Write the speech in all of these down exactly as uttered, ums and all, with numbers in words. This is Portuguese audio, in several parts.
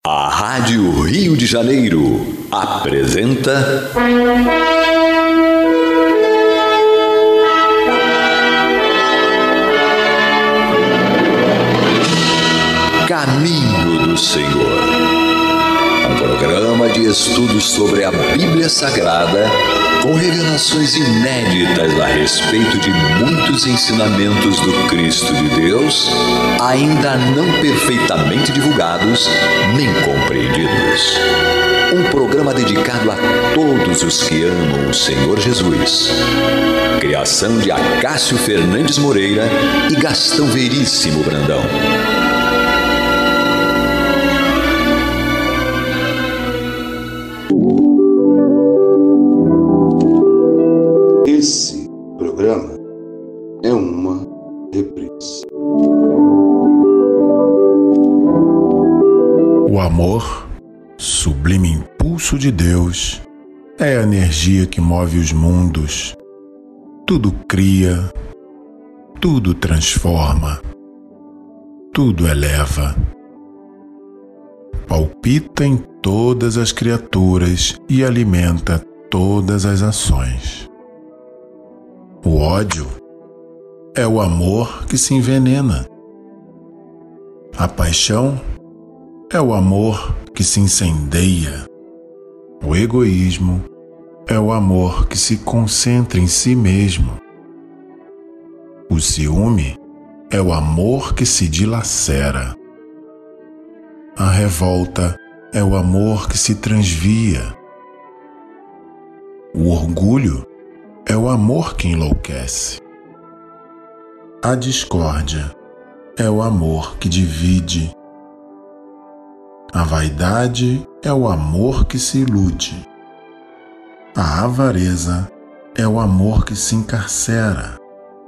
A Rádio Rio de Janeiro apresenta Caminho do Senhor, um programa de estudos sobre a Bíblia Sagrada com revelações inéditas a respeito de muitos ensinamentos do Cristo de Deus, ainda não perfeitamente divulgados nem compreendidos. Um programa dedicado a todos os que amam o Senhor Jesus. Criação de Acácio Fernandes Moreira e Gastão Veríssimo Brandão. Esse programa é uma reprise. O amor, sublime impulso de Deus, é a energia que move os mundos. Tudo cria, tudo transforma, tudo eleva. Palpita em todas as criaturas e alimenta todas as ações. O ódio é o amor que se envenena. A paixão é o amor que se incendeia. O egoísmo é o amor que se concentra em si mesmo. O ciúme é o amor que se dilacera. A revolta é o amor que se transvia. O orgulho é o amor que enlouquece. A discórdia é o amor que divide. A vaidade é o amor que se ilude. A avareza é o amor que se encarcera.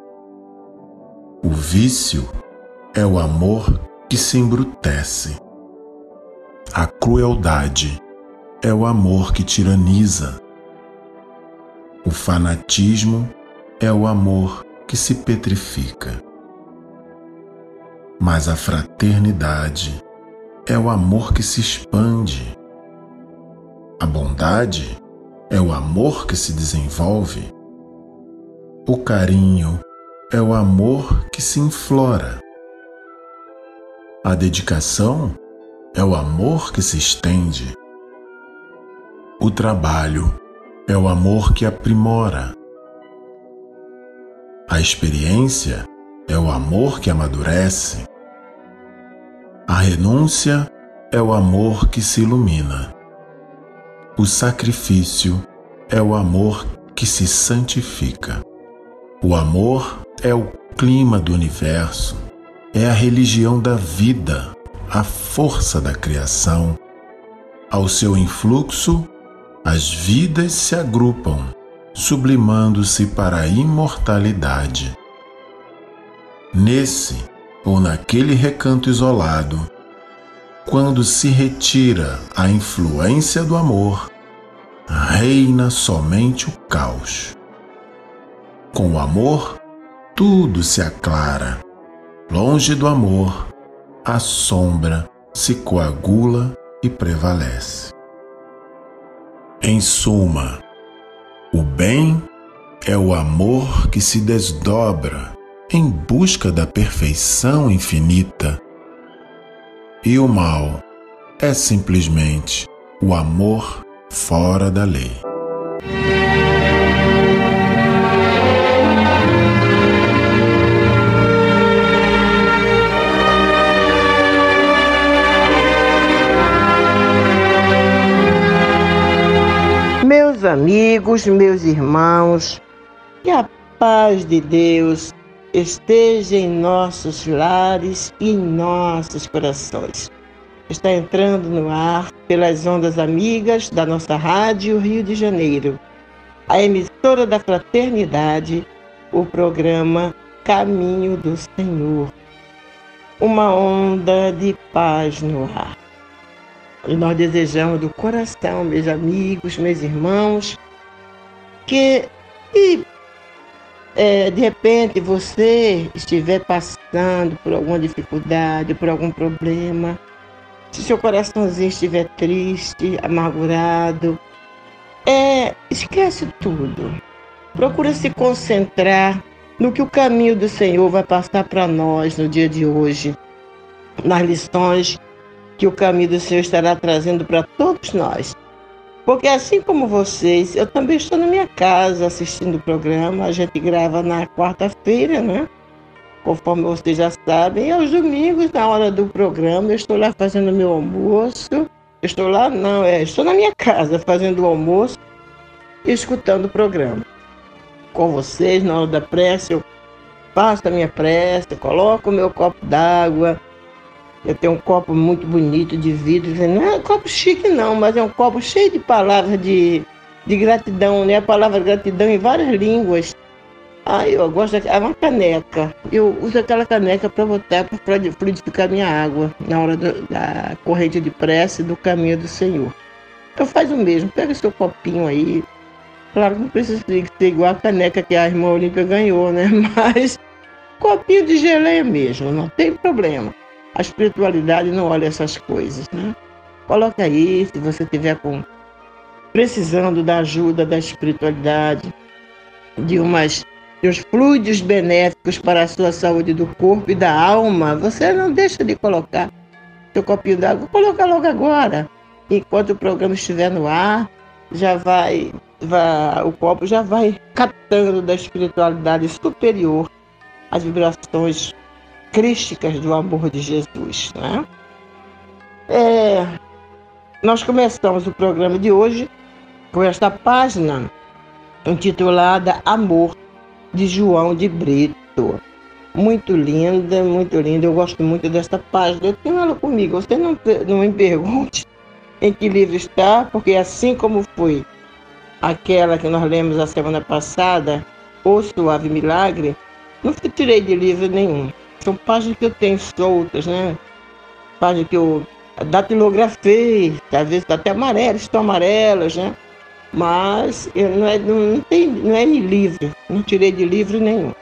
O vício é o amor que se embrutece. A crueldade é o amor que tiraniza. O fanatismo é o amor que se petrifica. Mas a fraternidade é o amor que se expande. A bondade é o amor que se desenvolve. O carinho é o amor que se inflora. A dedicação é o amor que se estende. O trabalho é o amor que aprimora. A experiência é o amor que amadurece. A renúncia é o amor que se ilumina. O sacrifício é o amor que se santifica. O amor é o clima do universo, é a religião da vida, a força da criação. Ao seu influxo, as vidas se agrupam, sublimando-se para a imortalidade. Nesse ou naquele recanto isolado, quando se retira a influência do amor, reina somente o caos. Com o amor, tudo se aclara. Longe do amor, a sombra se coagula e prevalece. Em suma, o bem é o amor que se desdobra em busca da perfeição infinita. E o mal é simplesmente o amor fora da lei. Meus amigos, meus irmãos, que a paz de Deus esteja em nossos lares e em nossos corações. Está entrando no ar pelas ondas amigas da nossa Rádio Rio de Janeiro, a emissora da Fraternidade, o programa Caminho do Senhor. Uma onda de paz no ar. E nós desejamos do coração, meus amigos, meus irmãos, que e, é, de repente você estiver passando por alguma dificuldade, por algum problema, se seu coraçãozinho estiver triste, amargurado, é, esquece tudo. Procura se concentrar no que o caminho do Senhor vai passar para nós no dia de hoje, nas lições que o caminho do Senhor estará trazendo para todos nós. Porque assim como vocês, eu também estou na minha casa assistindo o programa. A gente grava na quarta-feira, né? Conforme vocês já sabem. E aos domingos, na hora do programa, eu estou lá fazendo meu almoço. Eu estou lá, não, é, estou na minha casa fazendo o almoço e escutando o programa. Com vocês, na hora da prece, eu faço a minha prece, coloco o meu copo d'água. Eu tenho um copo muito bonito de vidro, não é um copo chique não, mas é um copo cheio de palavras de, de gratidão, né? A palavra gratidão em várias línguas. Ah, eu gosto, é uma caneca. Eu uso aquela caneca para botar, para fluidificar minha água na hora do, da corrente de prece do caminho do Senhor. Então faz o mesmo, pega seu copinho aí. Claro que não precisa ser igual a caneca que a irmã Olímpia ganhou, né? Mas copinho de geleia mesmo, não tem problema. A espiritualidade não olha essas coisas, né? Coloca aí, se você estiver com, precisando da ajuda da espiritualidade, de, umas, de uns fluidos benéficos para a sua saúde do corpo e da alma, você não deixa de colocar seu copinho d'água. Coloca logo agora. Enquanto o programa estiver no ar, já vai, vai, o copo já vai captando da espiritualidade superior as vibrações crísticas do amor de Jesus, né? É, nós começamos o programa de hoje com esta página intitulada Amor, de João de Brito. Muito linda, muito linda. Eu gosto muito desta página. Eu tenho ela comigo. Você não, não me pergunte em que livro está, porque assim como foi aquela que nós lemos a semana passada, O Suave Milagre, não tirei de livro nenhum. São páginas que eu tenho soltas, né? Páginas que eu datilografei, às vezes até amarelas, estão amarelas, né? Mas eu não, é, não, não, tem, não é de livro, não tirei de livro nenhum.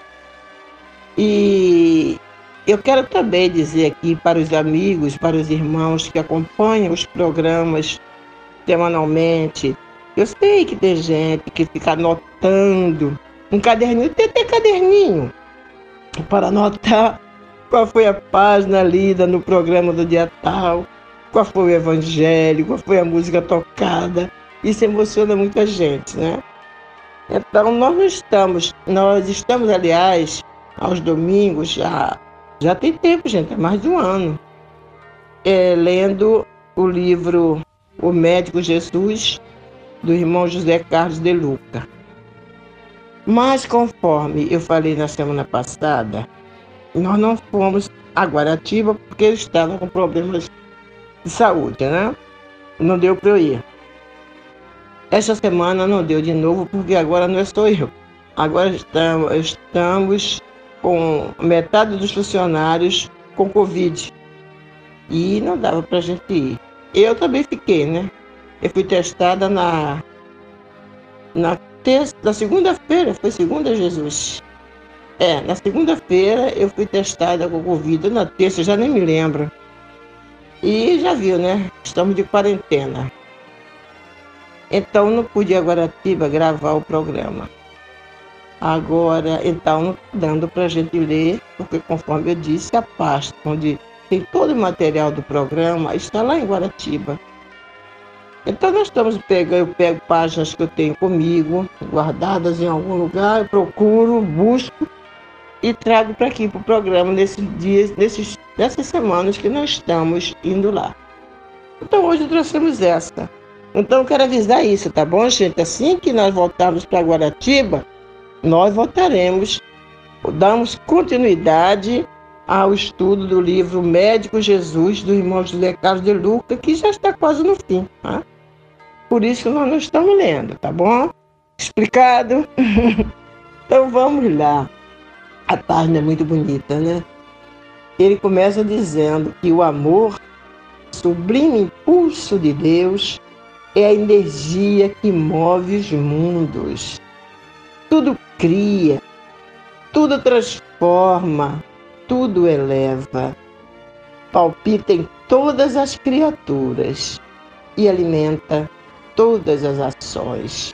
E eu quero também dizer aqui para os amigos, para os irmãos que acompanham os programas semanalmente, eu sei que tem gente que fica anotando um caderninho, tem até caderninho para anotar qual foi a página lida no programa do dia tal, qual foi o evangelho, qual foi a música tocada. Isso emociona muita gente, né? Então nós não estamos, nós estamos, aliás, aos domingos, já, já tem tempo, gente, é mais de um ano, é, lendo o livro O Médico Jesus, do irmão José Carlos de Luca. Mas conforme eu falei na semana passada, nós não fomos a Guaratiba porque eu estava com problemas de saúde, né? Não deu para eu ir. Esta semana não deu de novo porque agora não sou eu. Agora estamos, estamos com metade dos funcionários com Covid. E não dava para a gente ir. Eu também fiquei, né? Eu fui testada na, na, terça, na segunda-feira, foi segunda, Jesus? É, na segunda-feira eu fui testada com Covid, na terça já nem me lembro. E já viu, né? Estamos de quarentena. Então não pude ir a Guaratiba gravar o programa. Agora, então, não está dando para a gente ler, porque conforme eu disse, a pasta onde tem todo o material do programa está lá em Guaratiba. Então nós estamos pegando, eu pego páginas que eu tenho comigo, guardadas em algum lugar, eu procuro, busco e trago para aqui, para o programa, nesses dias, nesses, nessas semanas que nós estamos indo lá. Então hoje trouxemos essa. Então eu quero avisar isso, tá bom, gente? Assim que nós voltarmos para Guaratiba, nós voltaremos, damos continuidade ao estudo do livro Médico Jesus, do irmão José Carlos de Luca, que já está quase no fim, tá? Por isso que nós não estamos lendo, tá bom? Explicado? Então vamos lá. A página é muito bonita, né? Ele começa dizendo que o amor, sublime impulso de Deus, é a energia que move os mundos. Tudo cria, tudo transforma, tudo eleva. Palpita em todas as criaturas e alimenta todas as ações.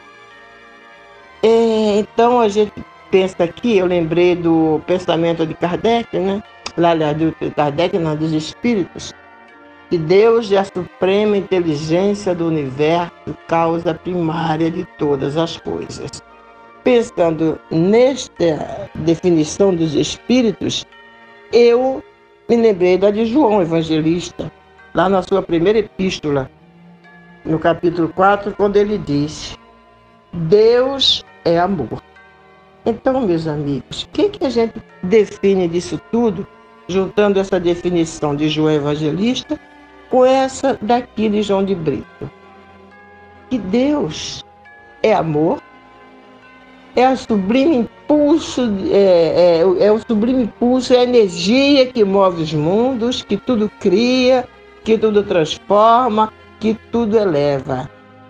É, então a gente pensa aqui, eu lembrei do pensamento de Kardec, né? Lá do Kardec, não, dos espíritos, que Deus é a suprema inteligência do universo, causa primária de todas as coisas. Pensando nesta definição dos espíritos, eu me lembrei da de João Evangelista, lá na sua primeira epístola, no capítulo quatro, quando ele diz: Deus é amor. Então, meus amigos, o que, que a gente define disso tudo, juntando essa definição de João Evangelista com essa daqui de João de Brito? Que Deus é amor, é o sublime impulso, é, é, é o sublime impulso, é a energia que move os mundos, que tudo cria, que tudo transforma, que tudo eleva.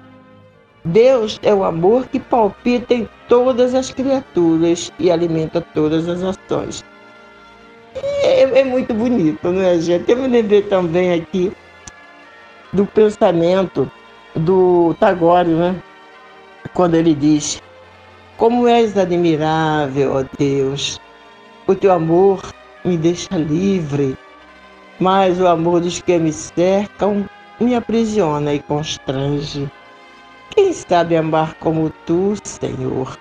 Deus é o amor que palpita em todas as criaturas e alimenta todas as ações. É, é muito bonito, não é, gente? Eu me lembrei também aqui do pensamento do Tagore, né? Quando ele diz: como és admirável, ó Deus, o teu amor me deixa livre, mas o amor dos que me cercam me aprisiona e constrange. Quem sabe amar como tu, Senhor?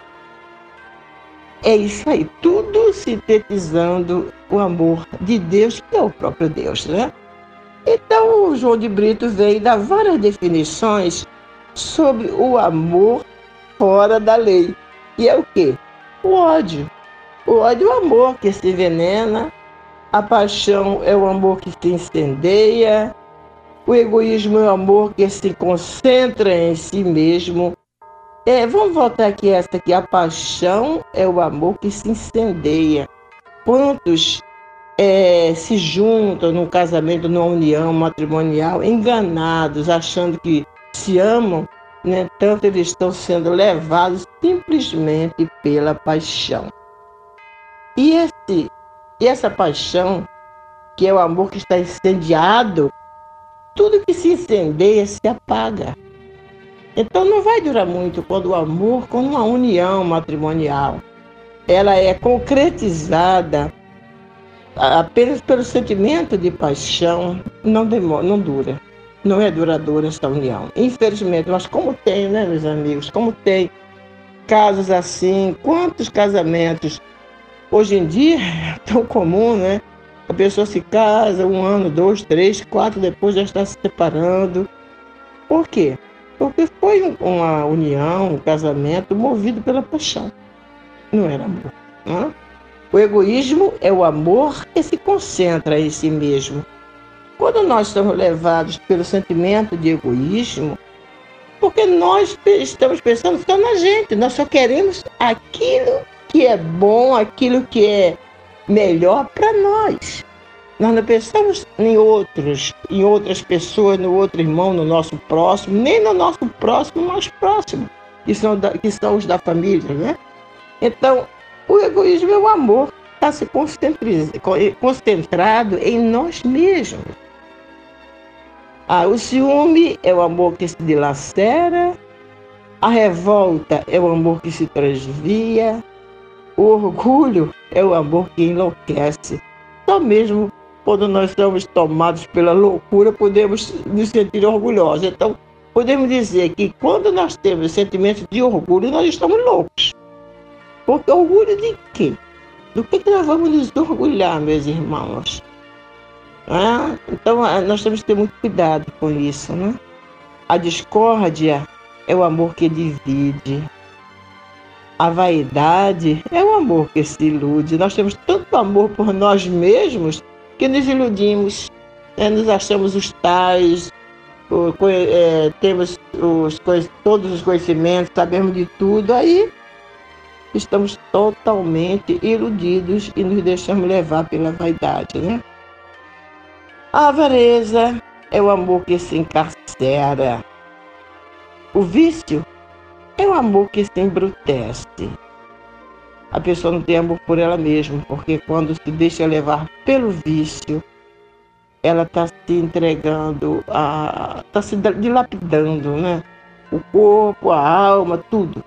É isso aí, tudo sintetizando o amor de Deus, que é o próprio Deus, né? Então, o João de Brito veio dar várias definições sobre o amor fora da lei. E é o quê? O ódio. O ódio é o amor que se envenena, a paixão é o amor que se incendeia, o egoísmo é o amor que se concentra em si mesmo. É, vamos voltar aqui a essa aqui. A paixão é o amor que se incendeia. Quantos é, se juntam num casamento, numa união matrimonial, enganados, achando que se amam, né? Tanto eles estão sendo levados simplesmente pela paixão. E, esse, e essa paixão, que é o amor que está incendiado, tudo que se incendeia se apaga. Então não vai durar muito quando o amor, quando uma união matrimonial, ela é concretizada apenas pelo sentimento de paixão, não demora, não dura. Não é duradoura essa união. Infelizmente, mas como tem, né, meus amigos? Como tem casos assim, quantos casamentos hoje em dia é tão comum, né? A pessoa se casa um ano, dois, três, quatro, depois já está se separando. Por quê? Porque foi uma união, um casamento movido pela paixão. Não era amor. Não? O egoísmo é o amor que se concentra em si mesmo. Quando nós estamos levados pelo sentimento de egoísmo, porque nós estamos pensando só na gente, nós só queremos aquilo que é bom, aquilo que é melhor para nós. Nós não pensamos em outros, em outras pessoas, no outro irmão, no nosso próximo, nem no nosso próximo mais próximo, que são, da, que são os da família, né? Então, o egoísmo é o amor que está se concentrado em nós mesmos. Ah, o ciúme é o amor que se dilacera, a revolta é o amor que se transvia, o orgulho é o amor que enlouquece. Só mesmo quando nós somos tomados pela loucura podemos nos sentir orgulhosos. Então, podemos dizer que quando nós temos sentimentos de orgulho, nós estamos loucos. Porque orgulho de quê? Do que, que nós vamos nos orgulhar, meus irmãos? Ah, então, nós temos que ter muito cuidado com isso, né? A discórdia é o amor que divide. A vaidade é o amor que se ilude. Nós temos tanto amor por nós mesmos que nos iludimos, né? Nos achamos os tais, o, é, temos os, todos os conhecimentos, sabemos de tudo, aí estamos totalmente iludidos e nos deixamos levar pela vaidade, né? A avareza é o amor que se encarcera. O vício é o amor que se embrutece. A pessoa não tem amor por ela mesma, porque quando se deixa levar pelo vício, ela está se entregando, está se dilapidando, né? O corpo, a alma, tudo.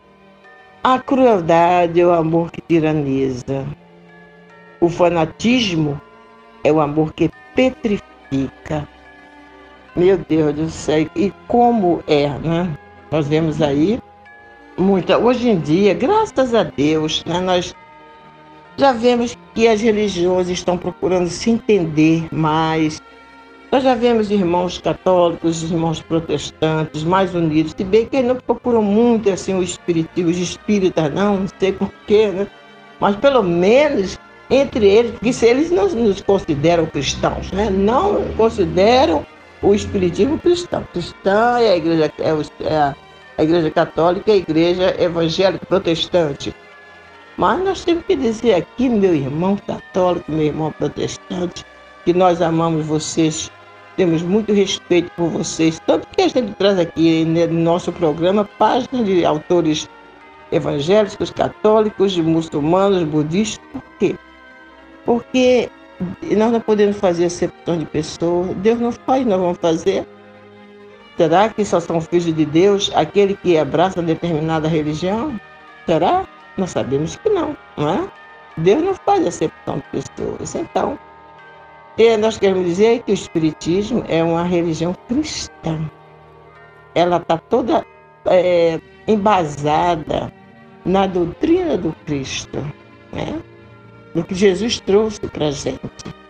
A crueldade é o amor que tiraniza. O fanatismo é o amor que petrifica. Meu Deus do céu, e como é, né? Nós vemos aí muita, hoje em dia, graças a Deus, né, nós já vemos que as religiões estão procurando se entender mais. Nós já vemos irmãos católicos, irmãos protestantes mais unidos, se bem que eles não procuram muito assim o espiritismo, os espíritas não, não sei porquê, né? Mas pelo menos entre eles, porque se eles não nos consideram cristãos, né? Não consideram o espiritismo cristão. Cristã é a igreja, é, o, é a, a igreja católica, a igreja evangélica protestante. Mas nós temos que dizer aqui, meu irmão católico, meu irmão protestante, que nós amamos vocês, temos muito respeito por vocês, tanto que a gente traz aqui no nosso programa páginas de autores evangélicos, católicos, muçulmanos, budistas. Por quê? Porque nós não podemos fazer acepção de pessoas. Deus não faz, nós vamos fazer. Será que só são filhos de Deus aquele que abraça determinada religião? Será? Nós sabemos que não, não é? Deus não faz acepção de pessoas. Então, nós queremos dizer que o Espiritismo é uma religião cristã. Ela está toda é, embasada na doutrina do Cristo, né? Do que Jesus trouxe para a gente.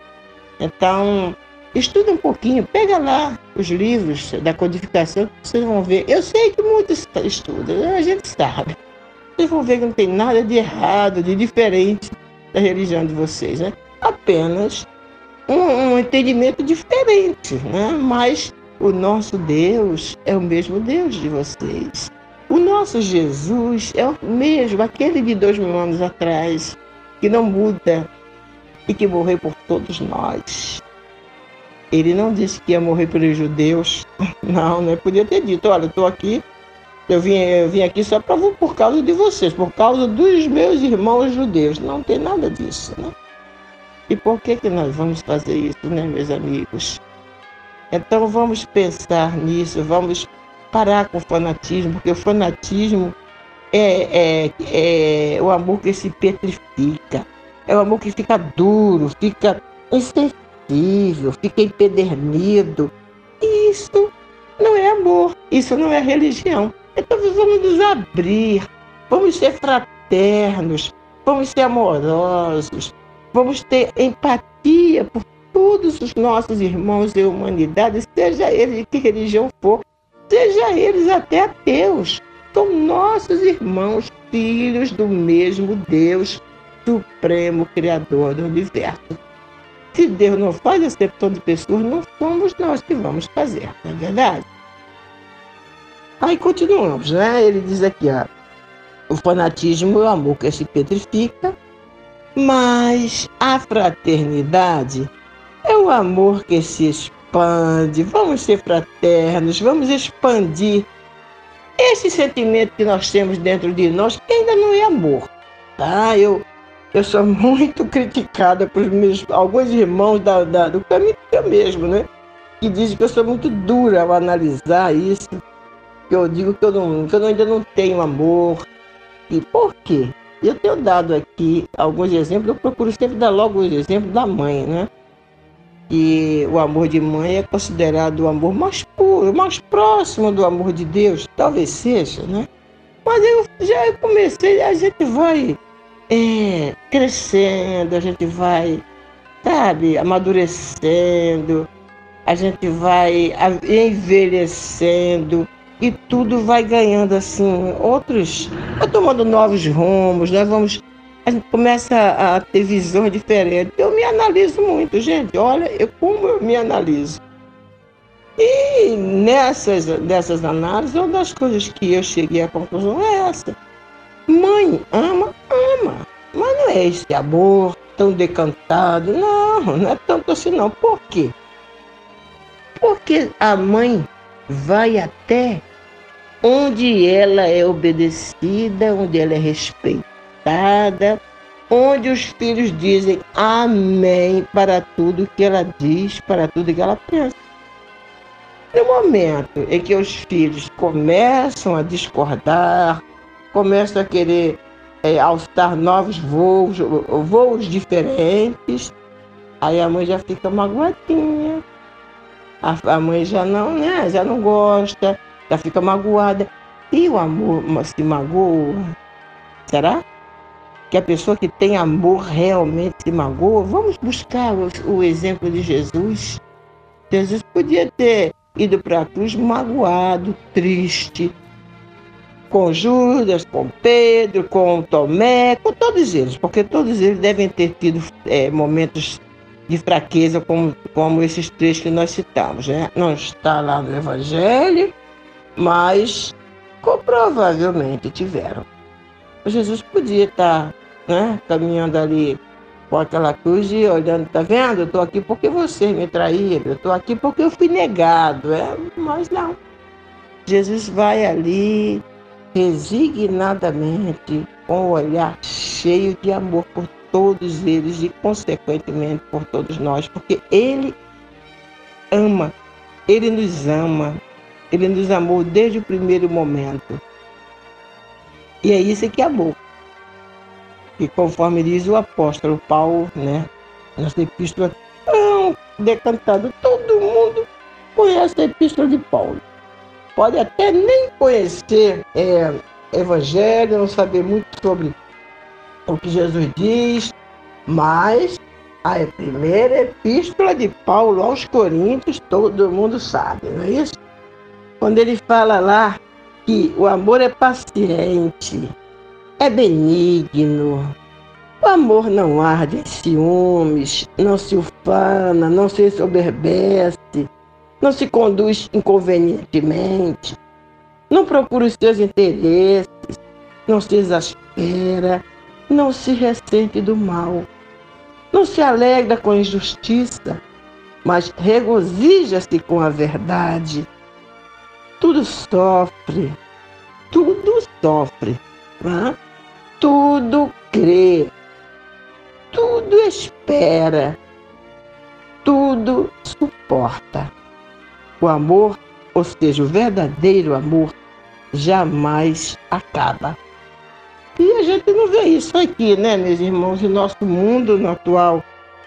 Então, estuda um pouquinho, pega lá os livros da codificação, que vocês vão ver. Eu sei que muitos estudam, a gente sabe. Vocês vão ver que não tem nada de errado, de diferente da religião de vocês, né? Apenas um, um entendimento diferente, né? Mas o nosso Deus é o mesmo Deus de vocês. O nosso Jesus é o mesmo, aquele de dois mil anos atrás, que não muda e que morreu por todos nós. Ele não disse que ia morrer pelos judeus. Não, né? Podia ter dito, olha, eu estou aqui, eu vim, eu vim aqui só pra, por causa de vocês, por causa dos meus irmãos judeus. Não tem nada disso, né? E por que que nós vamos fazer isso, né, meus amigos? Então vamos pensar nisso, vamos parar com o fanatismo, porque o fanatismo é, é, é o amor que se petrifica, é o amor que fica duro, fica insensível, fica empedernido. E isso não é amor, isso não é religião. Então vamos nos abrir, vamos ser fraternos, vamos ser amorosos, vamos ter empatia por todos os nossos irmãos da humanidade, seja eles de que religião for, seja eles até ateus. São nossos irmãos, filhos do mesmo Deus, Supremo Criador do Universo. Se Deus não faz acepção de pessoas, não somos nós que vamos fazer, não é verdade? Aí continuamos, né? Ele diz aqui, ó, o fanatismo é o amor que se petrifica, mas a fraternidade é o amor que se expande. Vamos ser fraternos, vamos expandir esse sentimento que nós temos dentro de nós, que ainda não é amor, tá? Eu, eu sou muito criticada por meus, alguns irmãos da, da, do caminho mesmo, né? Que dizem que eu sou muito dura ao analisar isso, que eu digo que eu, não, que eu ainda não tenho amor. E por quê? Eu tenho dado aqui alguns exemplos, eu procuro sempre dar logo o exemplo da mãe, né? E o amor de mãe é considerado o amor mais puro, mais próximo do amor de Deus, talvez seja, né? Mas eu já comecei, a gente vai é, crescendo, a gente vai, sabe, amadurecendo, a gente vai envelhecendo e tudo vai ganhando assim, outros, vai tomando novos rumos, nós vamos... A gente começa a ter visões diferentes. Eu me analiso muito, gente. Olha, eu, como eu me analiso. E nessas, nessas análises, uma das coisas que eu cheguei à conclusão é essa. Mãe ama, ama. Mas não é esse amor tão decantado. Não, não é tanto assim não. Por quê? Porque a mãe vai até onde ela é obedecida, onde ela é respeitada, onde os filhos dizem amém para tudo que ela diz, para tudo que ela pensa. No momento em que os filhos começam a discordar, começam a querer é, alçar novos voos, voos diferentes, aí a mãe já fica magoadinha. A, a mãe já não, né, já não gosta, já fica magoada. E o amor se magoa? Será? Que a pessoa que tem amor realmente se magoa? Vamos buscar o, o exemplo de Jesus. Jesus podia ter ido para a cruz magoado, triste, com Judas, com Pedro, com Tomé, com todos eles, porque todos eles devem ter tido é, momentos de fraqueza, como, como esses três que nós citamos, né? Não está lá no Evangelho, mas provavelmente tiveram. Jesus podia estar, né, caminhando ali com aquela cruz e olhando, tá vendo? Eu estou aqui porque vocês me traíram, eu estou aqui porque eu fui negado, é? Mas não. Jesus vai ali resignadamente, com o olhar cheio de amor por todos eles e, consequentemente, por todos nós, porque Ele ama, Ele nos ama, Ele nos amou desde o primeiro momento. E é isso que é amor. E conforme diz o apóstolo Paulo, né, nessa epístola tão decantada, todo mundo conhece a epístola de Paulo. Pode até nem conhecer é, Evangelho, não saber muito sobre o que Jesus diz, mas a primeira epístola de Paulo aos Coríntios todo mundo sabe, não é isso? Quando ele fala lá que o amor é paciente, é benigno, o amor não arde em ciúmes, não se ufana, não se ensoberbece, não se conduz inconvenientemente, não procura os seus interesses, não se exaspera, não se ressente do mal, não se alegra com a injustiça, mas regozija-se com a verdade. Tudo sofre, tudo sofre, né? Tudo crê, tudo espera, tudo suporta. O amor, ou seja, o verdadeiro amor, jamais acaba. E a gente não vê isso aqui, né, meus irmãos? No nosso mundo, no atual,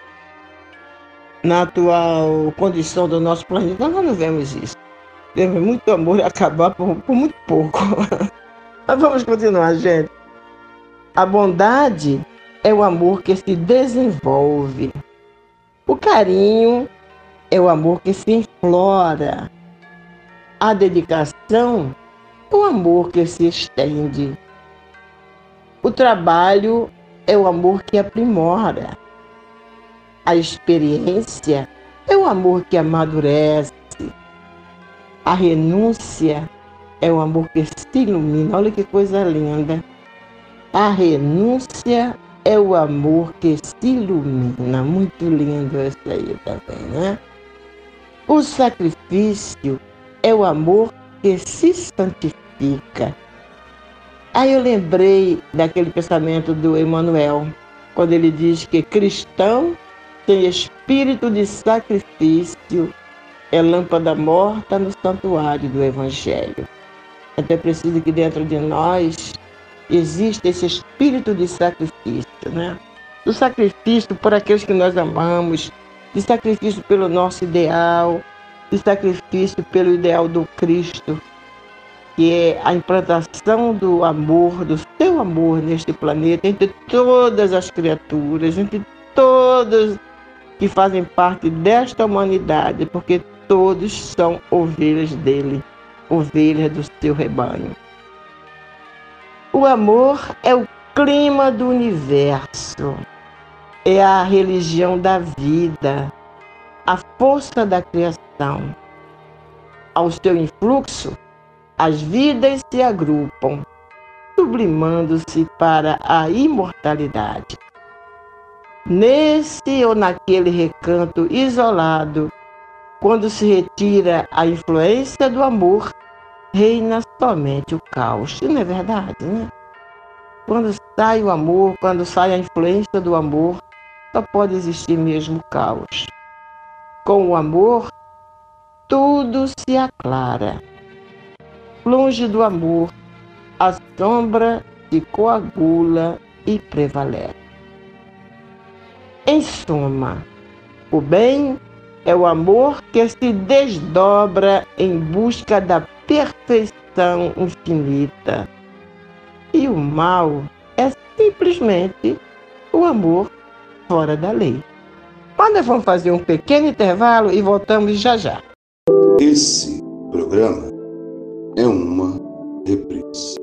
na atual condição do nosso planeta, nós não vemos isso. Vemos muito amor acabar por, por muito pouco. Mas vamos continuar, gente. A bondade é o amor que se desenvolve. O carinho é o amor que se implora. A dedicação é o amor que se estende. O trabalho é o amor que aprimora. A experiência é o amor que amadurece. A renúncia é o amor que se ilumina. Olha que coisa linda. A renúncia é o amor que se ilumina. Muito lindo isso aí também, né? O sacrifício é o amor que se santifica. Aí eu lembrei daquele pensamento do Emmanuel, quando ele diz que cristão tem espírito de sacrifício, é lâmpada morta no santuário do Evangelho. Então é preciso que dentro de nós exista esse espírito de sacrifício, né? Do sacrifício por aqueles que nós amamos, de sacrifício pelo nosso ideal, de sacrifício pelo ideal do Cristo, que é a implantação do amor, do seu amor neste planeta, entre todas as criaturas, entre todas que fazem parte desta humanidade, porque todos são ovelhas dele, ovelhas do seu rebanho. O amor é o clima do universo, é a religião da vida, a força da criação. Ao seu influxo, as vidas se agrupam, sublimando-se para a imortalidade. Nesse ou naquele recanto isolado, quando se retira a influência do amor, reina somente o caos. Não é verdade, né? quando sai o amor, quando sai a influência do amor, só pode existir mesmo caos. Com o amor, tudo se aclara. Longe do amor, a sombra se coagula e prevalece. Em suma, o bem é o amor que se desdobra em busca da perfeição infinita. E o mal é simplesmente o amor fora da lei. Mas nós vamos fazer um pequeno intervalo e voltamos já já. Esse programa é uma reprise.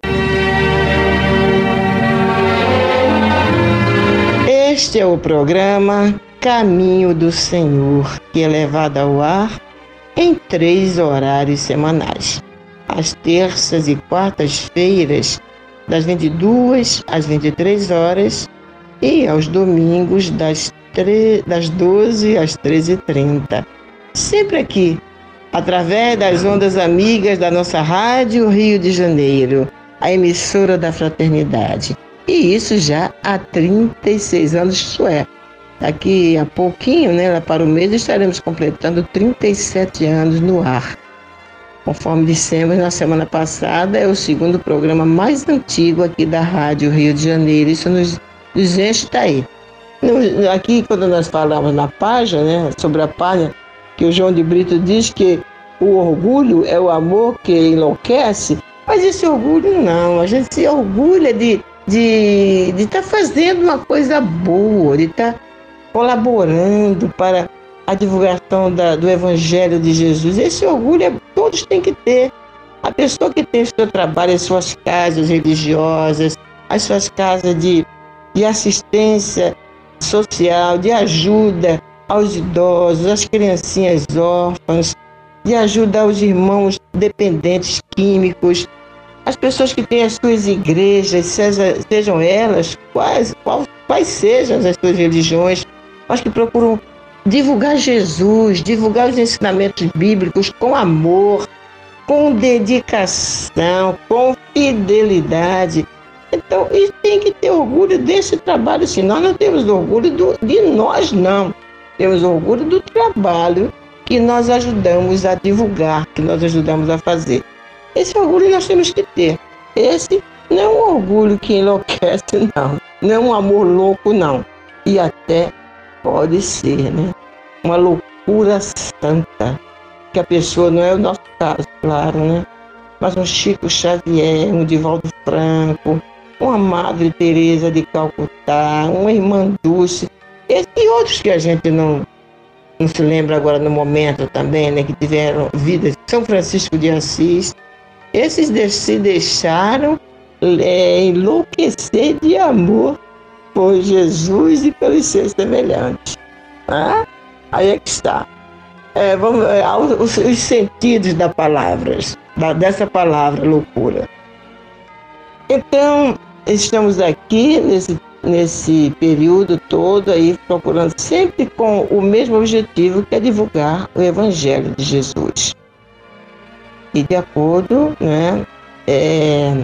Este é o programa Caminho do Senhor, que é levado ao ar em três horários semanais. Às terças e quartas-feiras, das vinte e duas às vinte e três horas, e aos domingos, das, tre... das doze às treze e trinta. Sempre aqui, através das ondas amigas da nossa Rádio Rio de Janeiro, a emissora da Fraternidade. E isso já há trinta e seis anos, isso é. Daqui a pouquinho, né, lá para o mês, estaremos completando trinta e sete anos no ar. Conforme dissemos na semana passada, é o segundo programa mais antigo aqui da Rádio Rio de Janeiro. Isso nos, nos enche daí. No, aqui, quando nós falamos na página, né, sobre a página, que o João de Brito diz que o orgulho é o amor que enlouquece, mas esse orgulho não, a gente se orgulha de de de estar fazendo uma coisa boa, de estar colaborando para a divulgação da, do Evangelho de Jesus. Esse orgulho é, todos têm que ter. A pessoa que tem o seu trabalho, as suas casas religiosas, as suas casas de, de assistência social, de ajuda aos idosos, às criancinhas órfãs, de ajuda aos irmãos dependentes químicos, as pessoas que têm as suas igrejas, seja, sejam elas, quais, quais, quais sejam as suas religiões, mas que procuram divulgar Jesus, divulgar os ensinamentos bíblicos com amor, com dedicação, com fidelidade. Então, isso tem que ter orgulho desse trabalho, sim. Nós não temos orgulho do, de nós, não. Temos orgulho do trabalho que nós ajudamos a divulgar, que nós ajudamos a fazer. Esse orgulho nós temos que ter. Esse não é um orgulho que enlouquece, não. Não é um amor louco, não. E até pode ser, né? Uma loucura santa. Que a pessoa, não é o nosso caso, claro, né? Mas um Chico Xavier, um Divaldo Franco, uma Madre Teresa de Calcutá, uma Irmã Dulce, e outros que a gente não, não se lembra agora no momento também, né? Que tiveram vida. São Francisco de Assis. Esses se deixaram é, enlouquecer de amor por Jesus e pelos seus semelhantes. Ah? Aí é que está. É, vamos, é, os, os sentidos da palavra, da, dessa palavra, loucura. Então, estamos aqui nesse, nesse período todo aí, procurando sempre com o mesmo objetivo, que é divulgar o Evangelho de Jesus. E de acordo, né, é,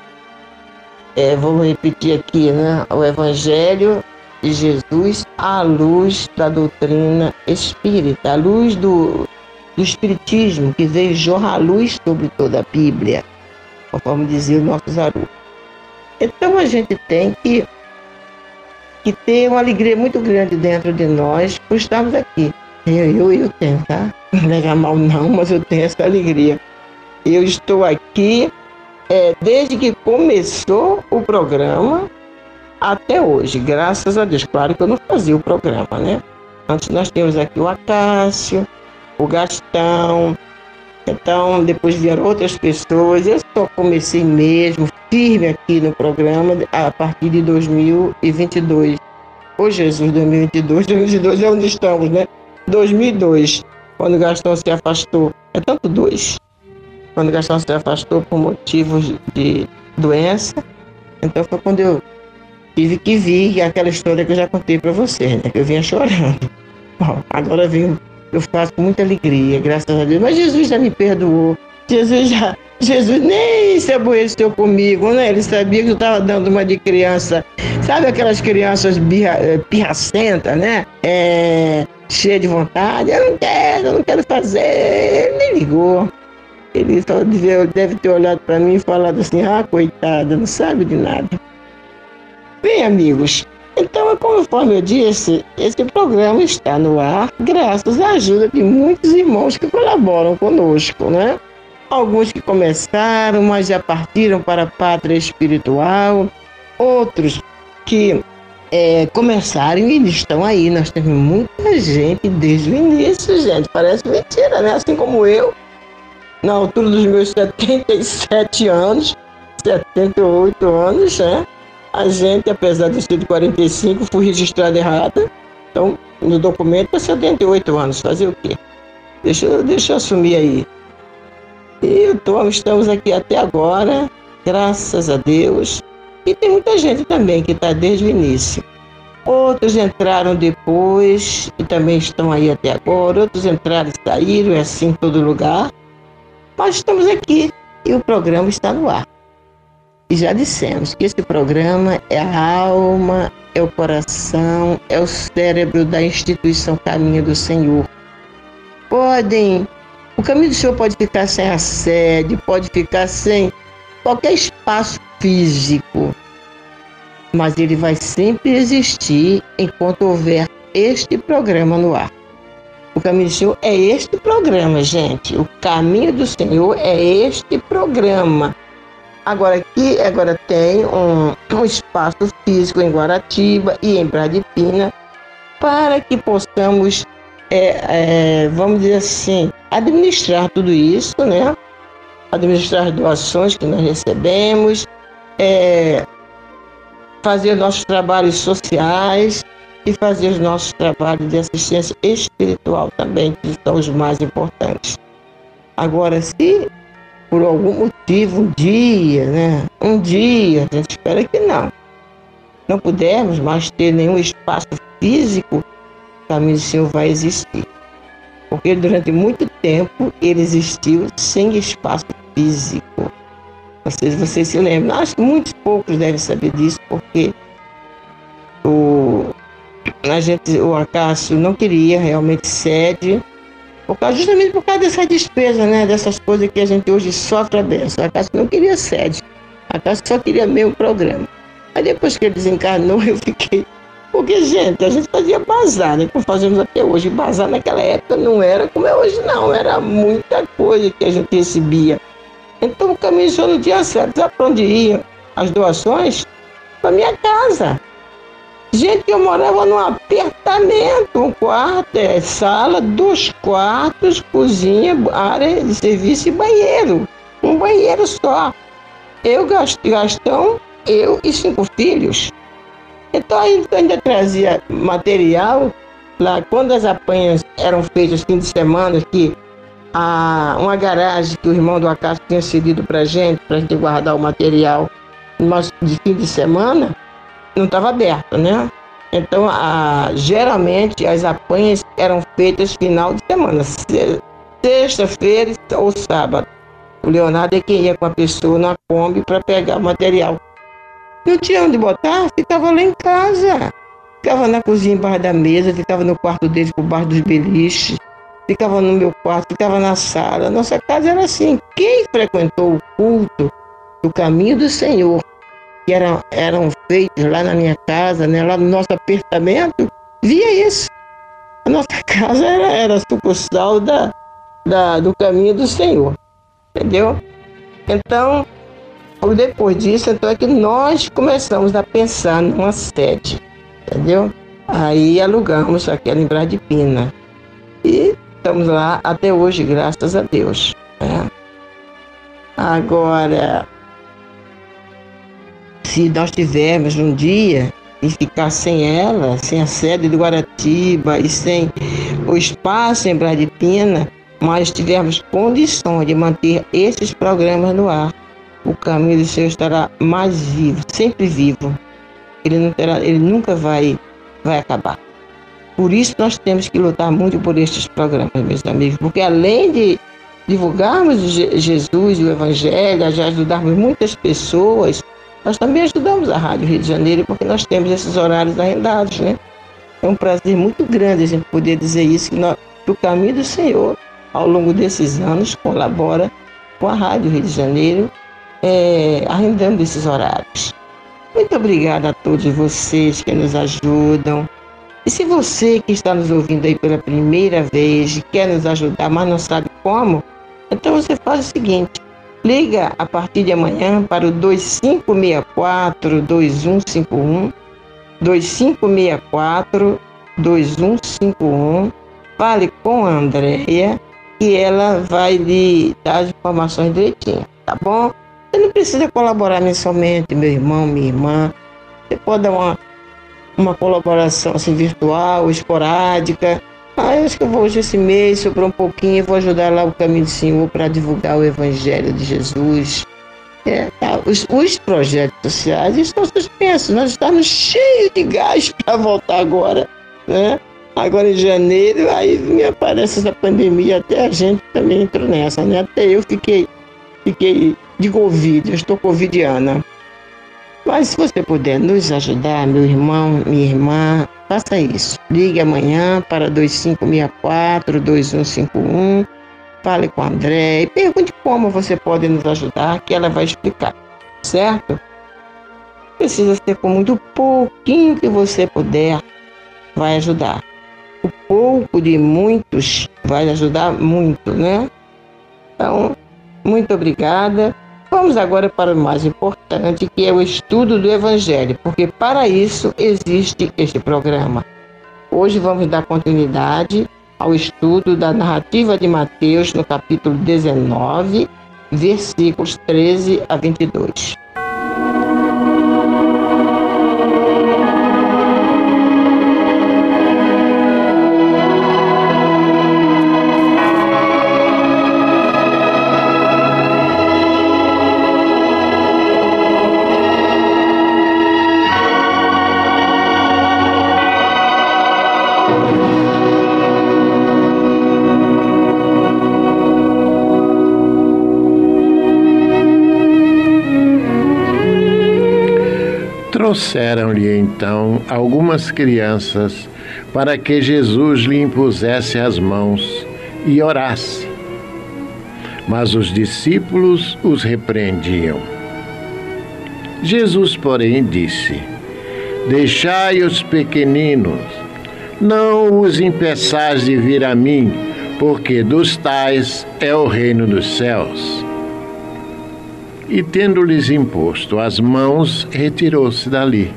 é, vou repetir aqui, né, o Evangelho de Jesus à luz da doutrina espírita, à luz do, do Espiritismo, que veio jorrar a luz sobre toda a Bíblia, conforme dizia o nosso Zaru. Então a gente tem que, que ter uma alegria muito grande dentro de nós por estarmos aqui. Eu, eu, eu tenho, tá? Não é mal não, mas eu tenho essa alegria. Eu estou aqui é, desde que começou o programa até hoje, graças a Deus. Claro que eu não fazia o programa, né? Antes nós tínhamos aqui o Acácio, o Gastão, então depois vieram outras pessoas. Eu só comecei mesmo, firme aqui no programa, a partir de dois mil e vinte e dois. Ô Jesus, dois mil e vinte e dois, dois mil e vinte e dois é onde estamos, né? dois mil e dois, quando o Gastão se afastou. É tanto dois. Quando o Gastão se afastou por motivos de doença. Então foi quando eu tive que vir, aquela história que eu já contei para vocês, né? Que eu vinha chorando. Bom, agora eu, vim, eu faço com muita alegria, graças a Deus. Mas Jesus já me perdoou. Jesus já, Jesus nem se aborreceu comigo, né? Ele sabia que eu estava dando uma de criança. Sabe aquelas crianças birra, pirracentas, né? É, cheia de vontade. Eu não quero, eu não quero fazer. Ele nem ligou. Ele só deve, deve ter olhado para mim e falado assim, ah, coitada, não sabe de nada. Bem, amigos, então, conforme eu disse, esse programa está no ar graças à ajuda de muitos irmãos que colaboram conosco, né? Alguns que começaram, mas já partiram para a pátria espiritual. Outros que é, começaram e estão aí. Nós temos muita gente desde o início, gente. Parece mentira, né? Assim como eu, na altura dos meus setenta e sete anos, setenta e oito anos, né? A gente, apesar de ser de quarenta e cinco, fui registrado errado. Então, no documento é setenta e oito anos. Fazer o quê? Deixa, eu- deixa eu assumir aí. E eu tô, estamos aqui até agora, graças a Deus. E tem muita gente também que está desde o início. Outros entraram depois e também estão aí até agora. Outros entraram e saíram, é assim em todo lugar. Mas estamos aqui e o programa está no ar. E já dissemos que esse programa é a alma, é o coração, é o cérebro da instituição Caminho do Senhor. Podem, o Caminho do Senhor pode ficar sem a sede, pode ficar sem qualquer espaço físico, mas ele vai sempre existir enquanto houver este programa no ar. O Caminho do Senhor é este programa, gente. O Caminho do Senhor é este programa. Agora aqui, agora tem um, um espaço físico em Guaratiba e em Bradipina para que possamos, é, é, vamos dizer assim, administrar tudo isso, né? Administrar as doações que nós recebemos, é, fazer nossos trabalhos sociais e fazer os nossos trabalhos de assistência espiritual também, que são os mais importantes. Agora, se por algum motivo, um dia, né? Um dia, a gente espera que não. Não pudermos mais ter nenhum espaço físico, o Caminho do Senhor vai existir. Porque durante muito tempo ele existiu sem espaço físico. Não sei se vocês se lembram. Acho que muitos poucos devem saber disso, porque o, a gente, o Acácio não queria realmente sede, por causa, justamente por causa dessa despesa, né? Dessas coisas que a gente hoje sofre a benção. A Cássio não queria sede. A Cássio só queria meio programa. Aí depois que ele desencarnou, eu fiquei... Porque, gente, a gente fazia bazar, né? Como fazemos até hoje. Bazar naquela época não era como é hoje, não. Era muita coisa que a gente recebia. Então o Caminho do Senhor não tinha certo. Sabe para onde iam as doações? Para minha casa. Gente, eu morava num apartamento, um quarto, é, sala, dois quartos, cozinha, área de serviço e banheiro. Um banheiro só. Eu, Gastão, eu e cinco filhos. Então a gente ainda trazia material lá, quando as apanhas eram feitas fim de semana, que a, uma garagem que o irmão do Acácio tinha cedido pra gente, pra gente guardar o material mas de fim de semana, não estava aberta, né? Então, a, geralmente, as apanhas eram feitas final de semana, sexta-feira ou sábado. O Leonardo é quem ia com a pessoa na Kombi para pegar o material. Não tinha onde botar, ficava lá em casa. Ficava na cozinha embaixo da mesa, ficava no quarto dele por baixo dos beliches, ficava no meu quarto, ficava na sala. Nossa casa era assim. Quem frequentou o culto do Caminho do Senhor, que eram, eram feitos lá na minha casa, né, lá no nosso apartamento, via isso. A nossa casa era, era sucursal da, da, do Caminho do Senhor, entendeu? Então, depois disso, então é que nós começamos a pensar numa sede, entendeu? Aí alugamos aquela em Bradipina. E estamos lá até hoje, graças a Deus, né? Agora, se nós tivermos um dia e ficar sem ela, sem a sede do Guaratiba e sem o espaço em Bradipina, mas tivermos condições de manter esses programas no ar, o Caminho do Senhor estará mais vivo, sempre vivo. Ele, não terá, ele nunca vai, vai acabar. Por isso nós temos que lutar muito por estes programas, meus amigos, porque além de divulgarmos Je- Jesus e o Evangelho, de ajudarmos muitas pessoas, nós também ajudamos a Rádio Rio de Janeiro, porque nós temos esses horários arrendados, né? É um prazer muito grande a gente poder dizer isso, que, nós, que o caminho do Senhor, ao longo desses anos, colabora com a Rádio Rio de Janeiro, é, arrendando esses horários. Muito obrigada a todos vocês que nos ajudam. E se você que está nos ouvindo aí pela primeira vez e quer nos ajudar, mas não sabe como, então você faz o seguinte: liga a partir de amanhã para o dois cinco seis quatro, dois um cinco um, dois cinco seis quatro, dois um cinco um, fale com a Andréia e ela vai lhe dar as informações direitinho, tá bom? Você não precisa colaborar mensalmente, meu irmão, minha irmã. Você pode dar uma, uma colaboração assim, virtual, esporádica. Ah, eu acho que eu vou hoje esse mês, sobrou um pouquinho, eu vou ajudar lá o Caminho do Senhor para divulgar o Evangelho de Jesus. É, tá. os, os projetos sociais estão suspensos, nós estamos cheios de gás para voltar agora, né? Agora em janeiro, aí me aparece essa pandemia, até a gente também entrou nessa, né? Até eu fiquei, fiquei de Covid, eu estou covidiana. Mas se você puder nos ajudar, meu irmão, minha irmã, faça isso. Ligue amanhã para dois cinco seis quatro, dois um cinco um, fale com a André e pergunte como você pode nos ajudar, que ela vai explicar, certo? Precisa ser com muito pouquinho que você puder, vai ajudar. O pouco de muitos vai ajudar muito, né? Então, muito obrigada. Vamos agora para o mais importante, que é o estudo do Evangelho, porque para isso existe este programa. Hoje vamos dar continuidade ao estudo da narrativa de Mateus no capítulo dezenove, versículos treze a vinte e dois. Trouxeram-lhe então algumas crianças para que Jesus lhe impusesse as mãos e orasse. Mas os discípulos os repreendiam. Jesus, porém, disse: Deixai os pequeninos, não os impeçais de vir a mim, porque dos tais é o reino dos céus. E tendo-lhes imposto as mãos, retirou-se dali.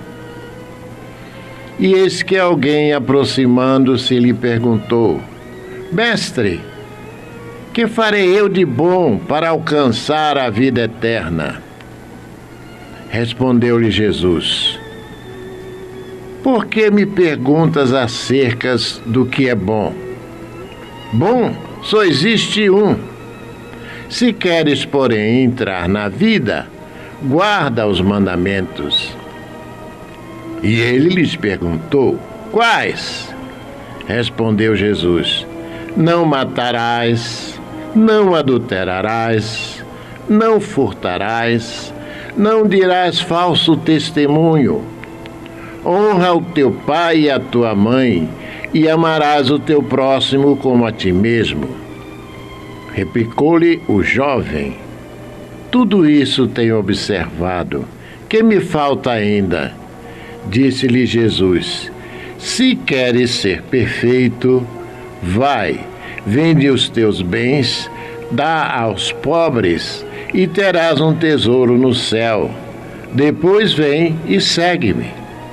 E eis que alguém, aproximando-se, lhe perguntou: Mestre, que farei eu de bom para alcançar a vida eterna? Respondeu-lhe Jesus: Por que me perguntas acerca do que é bom? Bom, só existe um. Se queres, porém, entrar na vida, guarda os mandamentos. E ele lhes perguntou: Quais? Respondeu Jesus: Não matarás, não adulterarás, não furtarás, não dirás falso testemunho. Honra o teu pai e a tua mãe, e amarás o teu próximo como a ti mesmo. Replicou-lhe o jovem: Tudo isso tenho observado. Que me falta ainda? Disse-lhe Jesus: Se queres ser perfeito, vai, vende os teus bens, dá aos pobres, e terás um tesouro no céu. Depois vem e segue-me.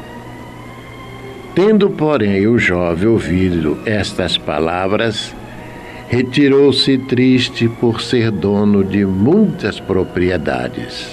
Tendo, porém, o jovem ouvido estas palavras, retirou-se triste por ser dono de muitas propriedades.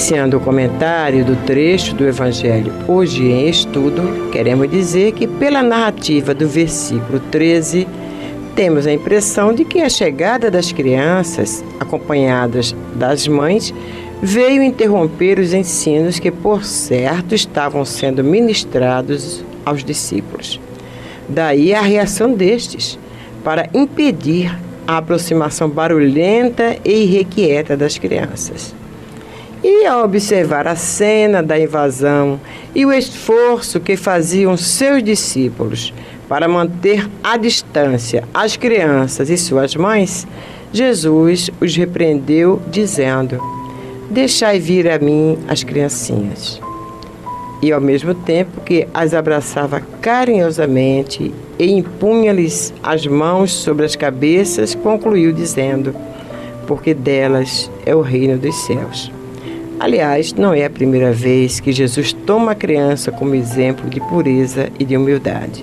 Iniciando o comentário do trecho do Evangelho hoje em estudo, queremos dizer que pela narrativa do versículo treze, temos a impressão de que a chegada das crianças, acompanhadas das mães, veio interromper os ensinos que, por certo, estavam sendo ministrados aos discípulos. Daí a reação destes, para impedir a aproximação barulhenta e irrequieta das crianças. E ao observar a cena da invasão e o esforço que faziam seus discípulos para manter à distância as crianças e suas mães, Jesus os repreendeu, dizendo: deixai vir a mim as criancinhas. E ao mesmo tempo que as abraçava carinhosamente e impunha-lhes as mãos sobre as cabeças, concluiu dizendo: porque delas é o reino dos céus. Aliás, não é a primeira vez que Jesus toma a criança como exemplo de pureza e de humildade.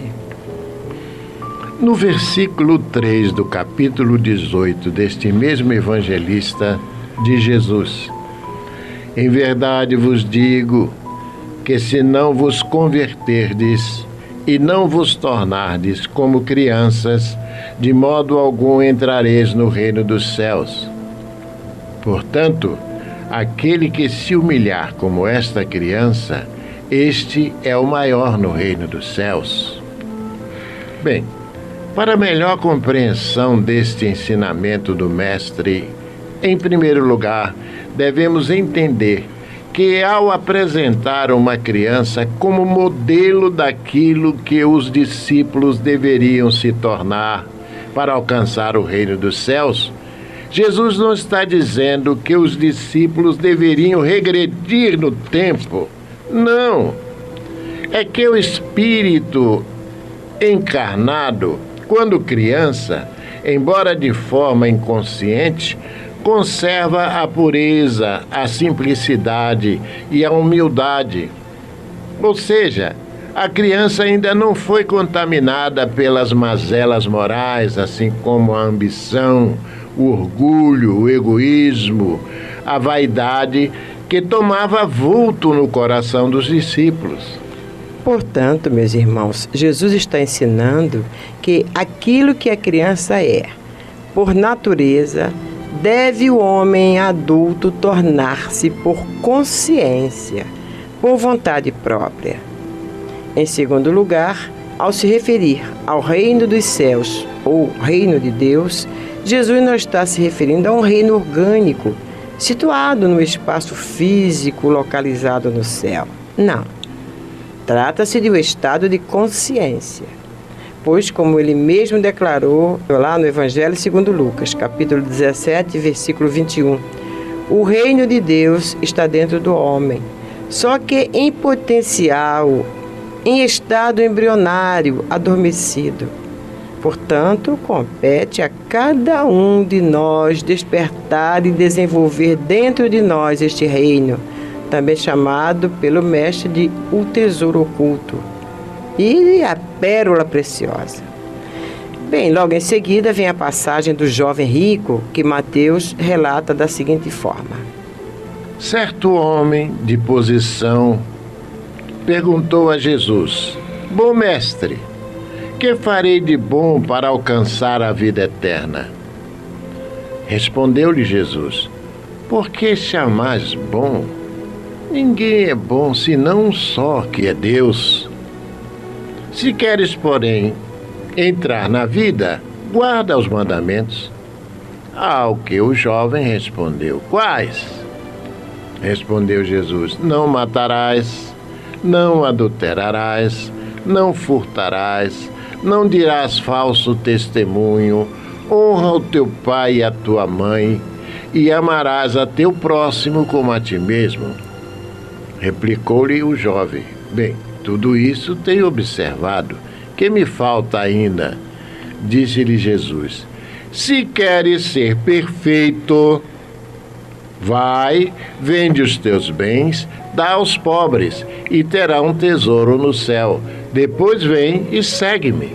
No versículo três do capítulo dezoito deste mesmo evangelista, de Jesus: em verdade vos digo que se não vos converterdes e não vos tornardes como crianças, de modo algum entrareis no reino dos céus. Portanto, aquele que se humilhar como esta criança, este é o maior no reino dos céus. Bem, para melhor compreensão deste ensinamento do Mestre, em primeiro lugar, devemos entender que ao apresentar uma criança como modelo daquilo que os discípulos deveriam se tornar para alcançar o reino dos céus, Jesus não está dizendo que os discípulos deveriam regredir no tempo. Não. É que o Espírito encarnado, quando criança, embora de forma inconsciente, conserva a pureza, a simplicidade e a humildade. Ou seja, a criança ainda não foi contaminada pelas mazelas morais, assim como a ambição, o orgulho, o egoísmo, a vaidade que tomava vulto no coração dos discípulos. Portanto, meus irmãos, Jesus está ensinando que aquilo que a criança é, por natureza, deve o homem adulto tornar-se por consciência, por vontade própria. Em segundo lugar, ao se referir ao reino dos céus ou reino de Deus, Jesus não está se referindo a um reino orgânico, situado no espaço físico localizado no céu. Não. Trata-se de um estado de consciência. Pois, como ele mesmo declarou lá no Evangelho segundo Lucas, capítulo dezessete, versículo vinte e um, o reino de Deus está dentro do homem, só que em potencial, em estado embrionário, adormecido. Portanto, compete a cada um de nós despertar e desenvolver dentro de nós este reino, também chamado pelo Mestre de o tesouro oculto e a pérola preciosa. Bem, logo em seguida vem a passagem do jovem rico, que Mateus relata da seguinte forma: certo homem de posição perguntou a Jesus: bom mestre, que farei de bom para alcançar a vida eterna? Respondeu-lhe Jesus: por que chamais bom? Ninguém é bom senão um só, que é Deus. Se queres, porém, entrar na vida, guarda os mandamentos. Ao que o jovem respondeu: quais? Respondeu Jesus: não matarás, não adulterarás, não furtarás, não dirás falso testemunho, honra o teu pai e a tua mãe, e amarás a teu próximo como a ti mesmo. Replicou-lhe o jovem: bem, tudo isso tenho observado. Que me falta ainda? Disse-lhe Jesus: se queres ser perfeito, vai, vende os teus bens, dá aos pobres, e terá um tesouro no céu. Depois vem e segue-me.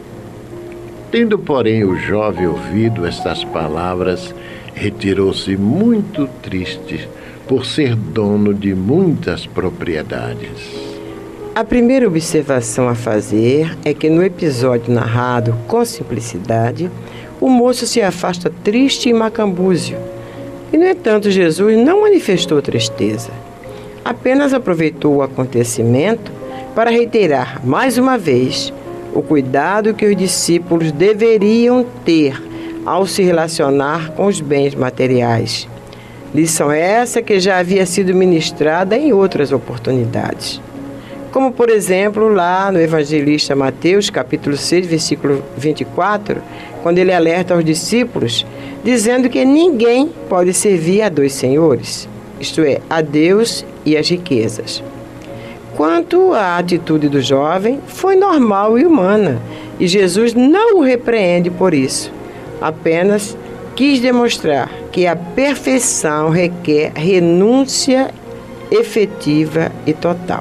Tendo, porém, o jovem ouvido estas palavras, retirou-se muito triste, por ser dono de muitas propriedades. A primeira observação a fazer é que no episódio narrado com simplicidade, o moço se afasta triste e macambúzio. E, no entanto, Jesus não manifestou tristeza. Apenas aproveitou o acontecimento para reiterar, mais uma vez, o cuidado que os discípulos deveriam ter ao se relacionar com os bens materiais. Lição essa que já havia sido ministrada em outras oportunidades. Como, por exemplo, lá no evangelista Mateus, capítulo seis, versículo vinte e quatro, quando ele alerta aos discípulos, dizendo que ninguém pode servir a dois senhores, isto é, a Deus e as riquezas. Quanto à atitude do jovem, foi normal e humana, e Jesus não o repreende por isso. Apenas quis demonstrar que a perfeição requer renúncia efetiva e total.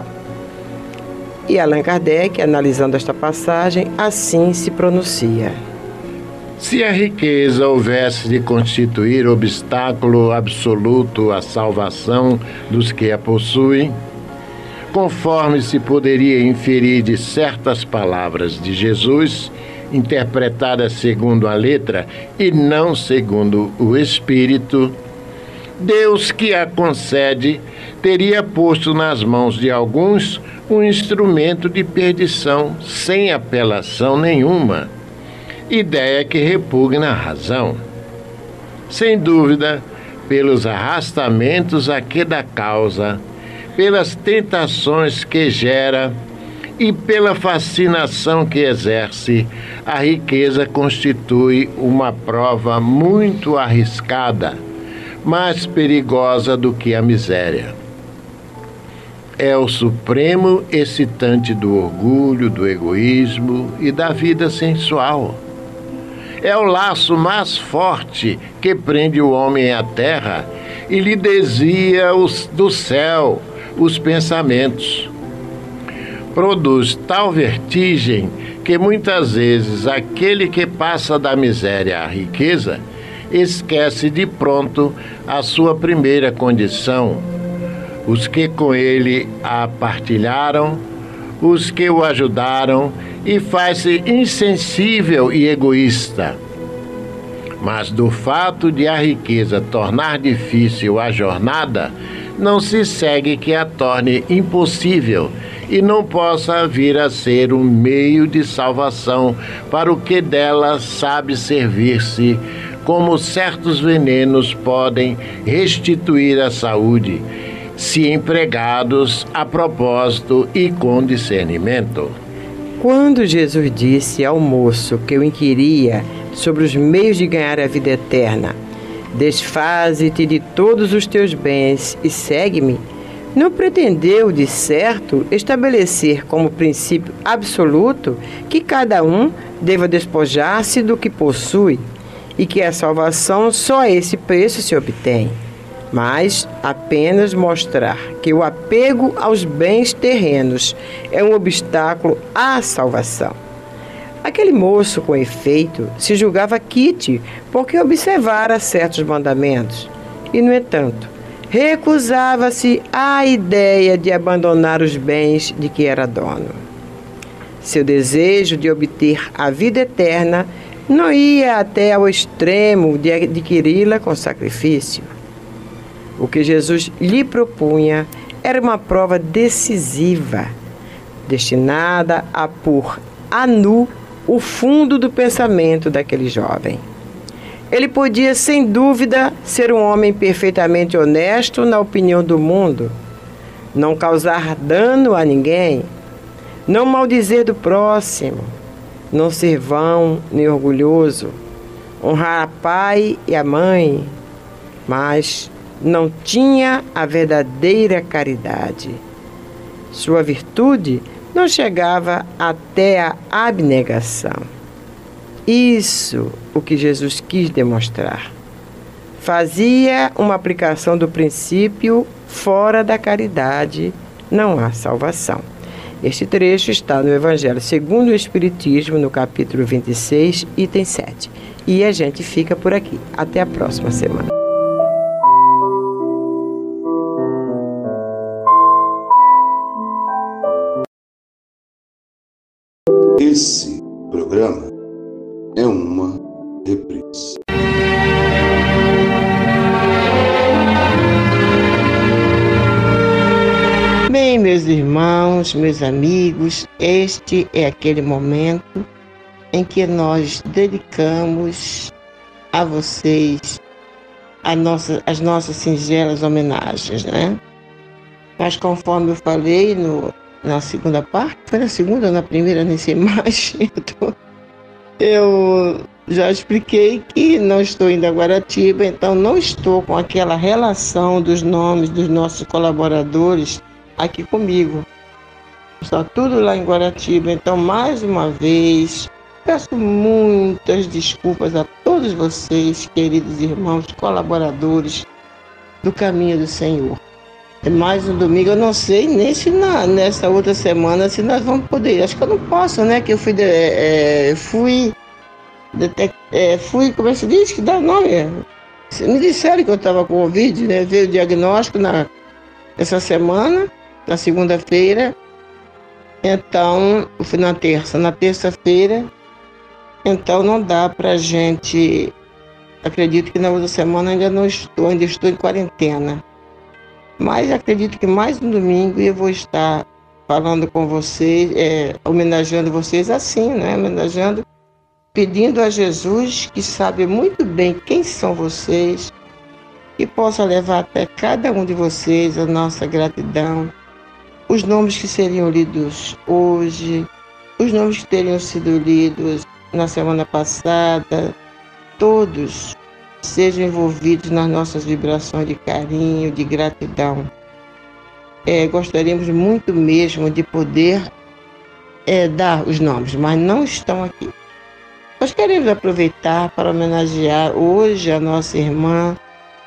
E Allan Kardec, analisando esta passagem, assim se pronuncia. Se a riqueza houvesse de constituir obstáculo absoluto à salvação dos que a possuem, conforme se poderia inferir de certas palavras de Jesus, interpretadas segundo a letra e não segundo o espírito, Deus que a concede teria posto nas mãos de alguns um instrumento de perdição sem apelação nenhuma, ideia que repugna a razão. Sem dúvida, pelos arrastamentos a que dá causa, pelas tentações que gera e pela fascinação que exerce, a riqueza constitui uma prova muito arriscada, mais perigosa do que a miséria. É o supremo excitante do orgulho, do egoísmo e da vida sensual. É o laço mais forte que prende o homem à terra e lhe desvia os, do céu os pensamentos. Produz tal vertigem que muitas vezes aquele que passa da miséria à riqueza esquece de pronto a sua primeira condição, os que com ele a partilharam, os que o ajudaram, e faz-se insensível e egoísta. Mas do fato de a riqueza tornar difícil a jornada, não se segue que a torne impossível e não possa vir a ser um meio de salvação para o que dela sabe servir-se, como certos venenos podem restituir a saúde, se empregados a propósito e com discernimento. Quando Jesus disse ao moço que o inquiria sobre os meios de ganhar a vida eterna, desfaze-te de todos os teus bens e segue-me, não pretendeu, de certo, estabelecer como princípio absoluto que cada um deva despojar-se do que possui e que a salvação só a esse preço se obtém, mas apenas mostrar que o apego aos bens terrenos é um obstáculo à salvação. Aquele moço, com efeito, se julgava quite porque observara certos mandamentos e, no entanto, recusava-se à ideia de abandonar os bens de que era dono. Seu desejo de obter a vida eterna não ia até ao extremo de adquiri-la com sacrifício. O que Jesus lhe propunha era uma prova decisiva, destinada a pôr a nu o fundo do pensamento daquele jovem. Ele podia, sem dúvida, ser um homem perfeitamente honesto na opinião do mundo, não causar dano a ninguém, não maldizer do próximo, não ser vão nem orgulhoso, honrar a pai e a mãe, mas não tinha a verdadeira caridade. Sua virtude não chegava até a abnegação. Isso o que Jesus quis demonstrar. Fazia uma aplicação do princípio: fora da caridade não há salvação. Este trecho está no Evangelho segundo o Espiritismo, no capítulo vinte e seis, item sete. E a gente fica por aqui. Até a próxima semana. Esse programa é uma reprise. Bem, meus irmãos, meus amigos, este é aquele momento em que nós dedicamos a vocês a nossa, as nossas singelas homenagens, né? Mas conforme eu falei no, na segunda parte, foi na segunda ou na primeira, nem sei mais, eu, tô, eu já expliquei que não estou indo a Guaratiba, então não estou com aquela relação dos nomes dos nossos colaboradores aqui comigo. Está tudo lá em Guaratiba, então mais uma vez peço muitas desculpas a todos vocês, queridos irmãos, colaboradores do Caminho do Senhor. É mais um domingo, eu não sei nem se na, nessa outra semana se nós vamos poder. Acho que eu não posso, né? Que eu fui, de, é, fui, detect, é, fui, como é que se diz? Que dá o nome? Me disseram que eu estava com Covid, né? Veio o diagnóstico na, essa semana, na segunda-feira. Então, eu fui na terça. Na terça-feira, então não dá pra gente. Acredito que na outra semana ainda não estou, ainda estou em quarentena. Mas acredito que mais um domingo eu vou estar falando com vocês, é, homenageando vocês assim, né? Homenageando, pedindo a Jesus, que sabe muito bem quem são vocês, que possa levar até cada um de vocês a nossa gratidão, os nomes que seriam lidos hoje, os nomes que teriam sido lidos na semana passada, todos sejam envolvidos nas nossas vibrações de carinho, de gratidão. É, gostaríamos muito mesmo de poder é, dar os nomes, mas não estão aqui. Nós queremos aproveitar para homenagear hoje a nossa irmã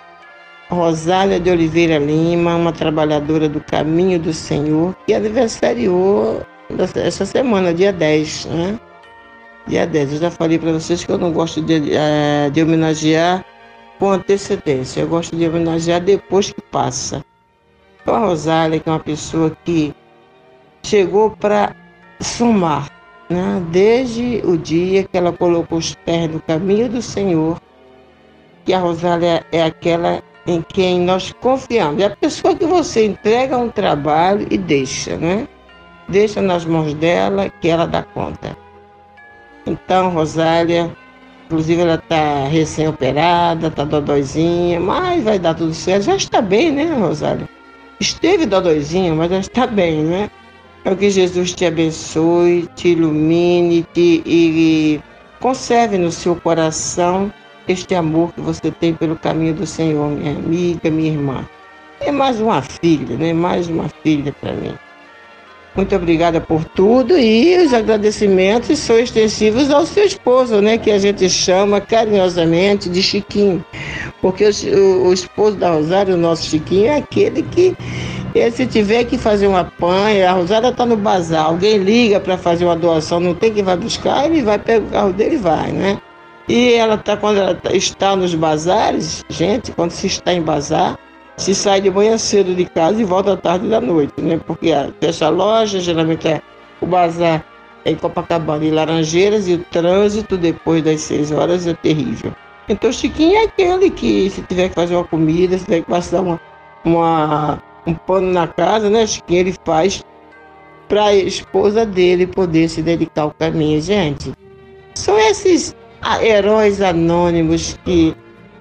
Rosália de Oliveira Lima, uma trabalhadora do Caminho do Senhor, que aniversariou essa semana, dia dez, né? Dia dez. Eu já falei para vocês que eu não gosto de, uh, de homenagear com antecedência. Eu gosto de homenagear depois que passa. Então, a Rosália, que é uma pessoa que chegou para somar, né? Desde o dia que ela colocou os pés no caminho do Senhor, que a Rosália é aquela em quem nós confiamos. É a pessoa que você entrega um trabalho e deixa, né? Deixa nas mãos dela, que ela dá conta. Então, Rosália, inclusive ela está recém-operada, está dodóizinha, mas vai dar tudo certo. Já está bem, né, Rosália? Esteve dodóizinha, mas já está bem, né? É o que Jesus te abençoe, te ilumine te, e conserve no seu coração este amor que você tem pelo caminho do Senhor, minha amiga, minha irmã. É mais uma filha, né? Mais uma filha para mim. Muito obrigada por tudo e os agradecimentos são extensivos ao seu esposo, né? Que a gente chama carinhosamente de Chiquinho. Porque o, o esposo da Rosália, o nosso Chiquinho, é aquele que, se tiver que fazer uma panha, a Rosália está no bazar, alguém liga para fazer uma doação, não tem quem vai buscar, ele vai pegar o carro dele e vai, né? E ela tá, quando ela está nos bazares, gente, quando se está em bazar, se sai de manhã cedo de casa e volta à tarde da noite, né? Porque fecha a loja, geralmente é o bazar é em Copacabana e Laranjeiras, e o trânsito depois das seis horas é terrível. Então o Chiquinho é aquele que, se tiver que fazer uma comida, se tiver que passar uma, uma, um pano na casa, né? Chiquinho ele faz para a esposa dele poder se dedicar ao caminho, gente. São esses heróis anônimos que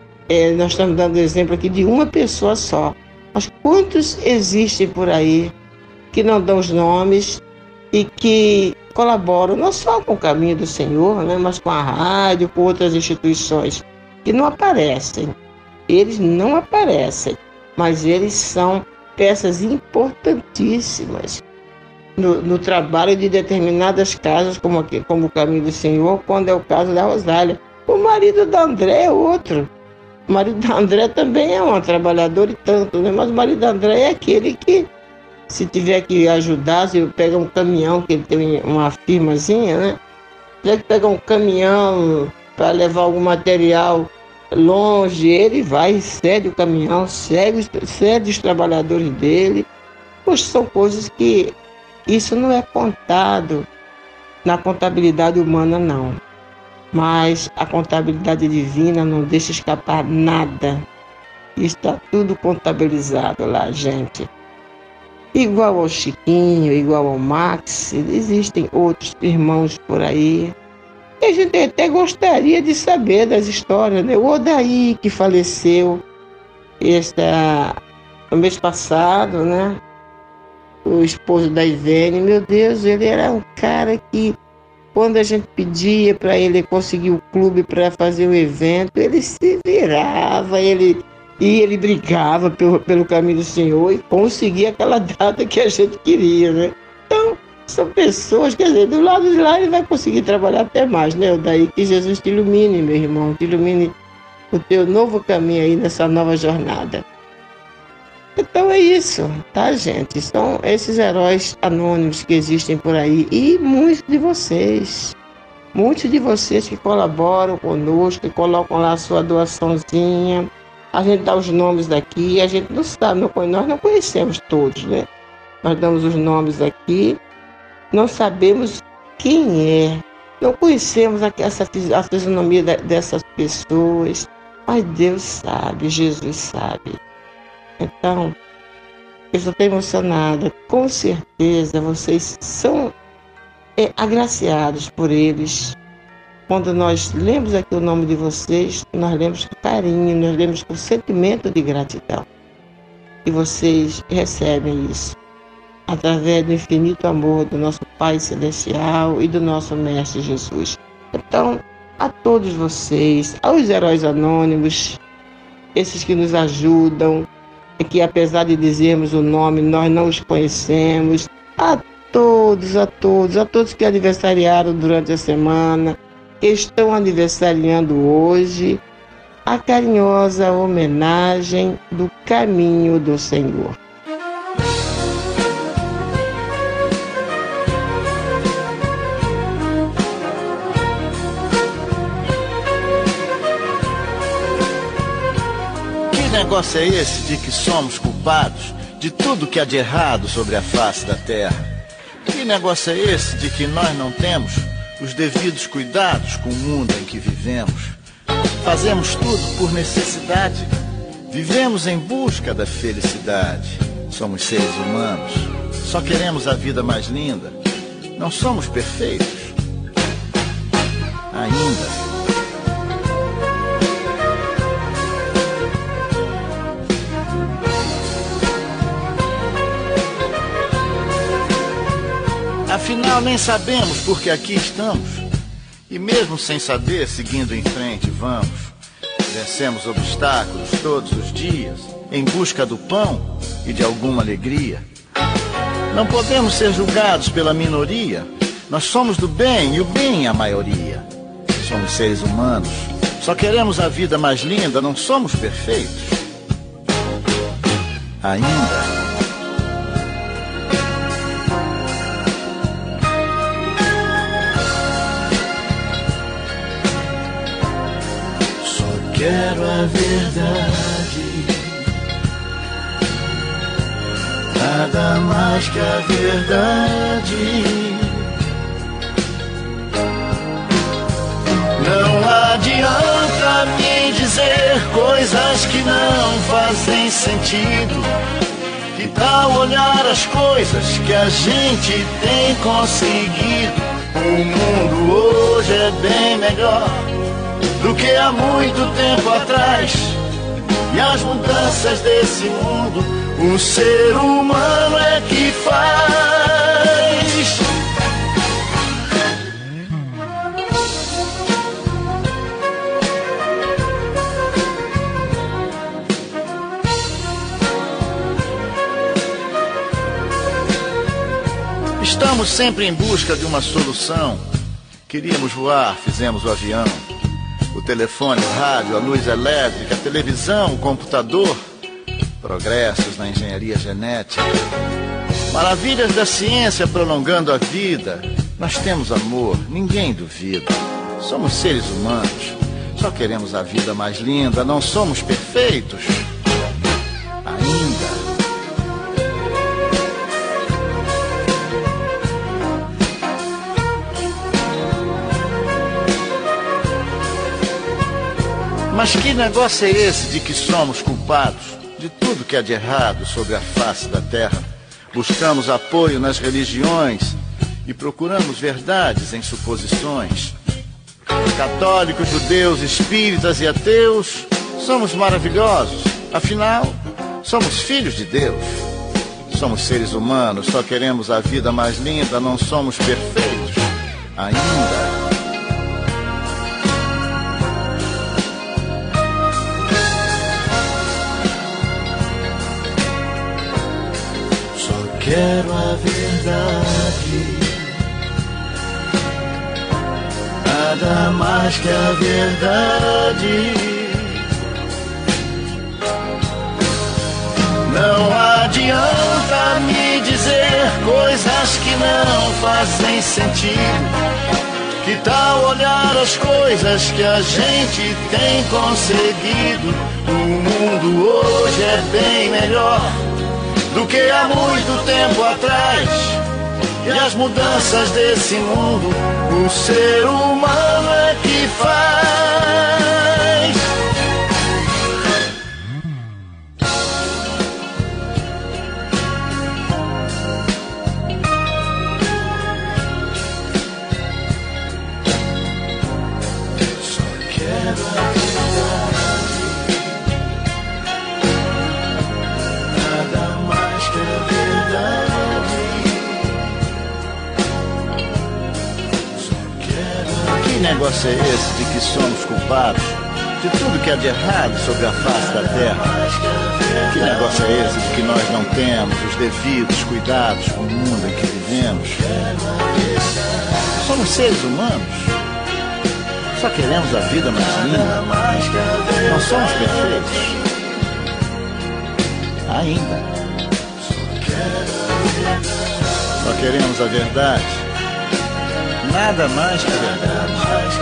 é, nós estamos dando exemplo aqui de uma pessoa só. Mas quantos existem por aí que não dão os nomes e que colaboram não só com o Caminho do Senhor, né, mas com a rádio, com outras instituições que não aparecem. Eles não aparecem, mas eles são peças importantíssimas No, no trabalho de determinadas casas, como, aqui, como o Caminho do Senhor, quando é o caso da Rosália. O marido da André é outro. O marido da André também é um trabalhador e tanto, né? Mas o marido da André é aquele que, se tiver que ajudar, se pega um caminhão, que ele tem uma firmazinha, né? Se tiver que pegar um caminhão para levar algum material longe, ele vai, cede o caminhão, cede, cede os trabalhadores dele. Pois são coisas que isso não é contado Na contabilidade humana, não. Mas a contabilidade divina não deixa escapar nada. Está tudo contabilizado lá, gente. Igual ao Chiquinho, igual ao Max, existem outros irmãos por aí. E a gente até gostaria de saber das histórias, né? O Odaí, que faleceu esta, no mês passado, né? O esposo da Ivene, meu Deus, ele era um cara que, quando a gente pedia para ele conseguir o clube para fazer o evento, ele se virava, ele ia, ele brigava pelo, pelo caminho do Senhor e conseguia aquela data que a gente queria, né? Então, são pessoas, quer dizer, do lado de lá ele vai conseguir trabalhar até mais, né? Daí que Jesus te ilumine, meu irmão, te ilumine o teu novo caminho aí nessa nova jornada. Então é isso, tá, gente? São esses heróis anônimos que existem por aí e muitos de vocês, muitos de vocês que colaboram conosco, que colocam lá a sua doaçãozinha. A gente dá os nomes daqui, a gente não sabe, não, nós não conhecemos todos, né? Nós damos os nomes aqui, não sabemos quem é, não conhecemos a, essa, a fisionomia dessas pessoas, mas Deus sabe, Jesus sabe. Então, eu estou até emocionada. Com certeza vocês são é, agraciados por eles. Quando nós lemos aqui o nome de vocês, nós lemos com carinho, nós lemos com sentimento de gratidão. E vocês recebem isso através do infinito amor do nosso Pai Celestial e do nosso Mestre Jesus. Então, a todos vocês, aos heróis anônimos, esses que nos ajudam, e que apesar de dizermos o nome, nós não os conhecemos, a todos, a todos, a todos que aniversariaram durante a semana, que estão aniversariando hoje, a carinhosa homenagem do caminho do Senhor. Que negócio é esse de que somos culpados de tudo que há de errado sobre a face da terra? Que negócio é esse de que nós não temos os devidos cuidados com o mundo em que vivemos? Fazemos tudo por necessidade, vivemos em busca da felicidade. Somos seres humanos, só queremos a vida mais linda, não somos perfeitos ainda. Afinal, nem sabemos por que aqui estamos. E mesmo sem saber, seguindo em frente, vamos. Vencemos obstáculos todos os dias, em busca do pão e de alguma alegria. Não podemos ser julgados pela minoria. Nós somos do bem e o bem é a maioria. Somos seres humanos, só queremos a vida mais linda, não somos perfeitos ainda. Quero a verdade, nada mais que a verdade. Não adianta me dizer coisas que não fazem sentido. Que tal olhar as coisas que a gente tem conseguido? O mundo hoje é bem melhor do que há muito tempo atrás. E as mudanças desse mundo o ser humano é que faz. Estamos sempre em busca de uma solução. Queríamos voar, fizemos o avião. O telefone, o rádio, a luz elétrica, a televisão, o computador. Progressos na engenharia genética. Maravilhas da ciência prolongando a vida. Nós temos amor, ninguém duvida. Somos seres humanos, só queremos a vida mais linda. Não somos perfeitos ainda. Mas que negócio é esse de que somos culpados de tudo que há de errado sobre a face da terra? Buscamos apoio nas religiões e procuramos verdades em suposições. Católicos, judeus, espíritas e ateus, somos maravilhosos. Afinal, somos filhos de Deus. Somos seres humanos, só queremos a vida mais linda, não somos perfeitos ainda. Quero a verdade, nada mais que a verdade. Não adianta me dizer coisas que não fazem sentido. Que tal olhar as coisas que a gente tem conseguido? O mundo hoje é bem melhor do que há muito tempo atrás. E as mudanças desse mundo o ser humano é que faz. Só quero a Que negócio é esse de que somos culpados de tudo que há de errado sobre a face da terra? Que negócio é esse de que nós não temos os devidos cuidados com o mundo em que vivemos? Somos seres humanos, só queremos a vida mais linda, não somos perfeitos ainda. Só queremos a verdade, nada mais que a verdade.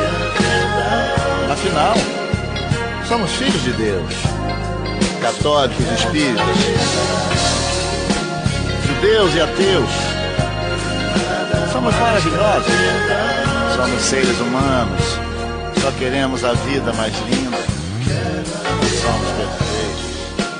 Afinal, somos filhos de Deus, católicos, espíritas, judeus e ateus. Somos maravilhosos, somos seres humanos, só queremos a vida mais linda, não somos perfeitos.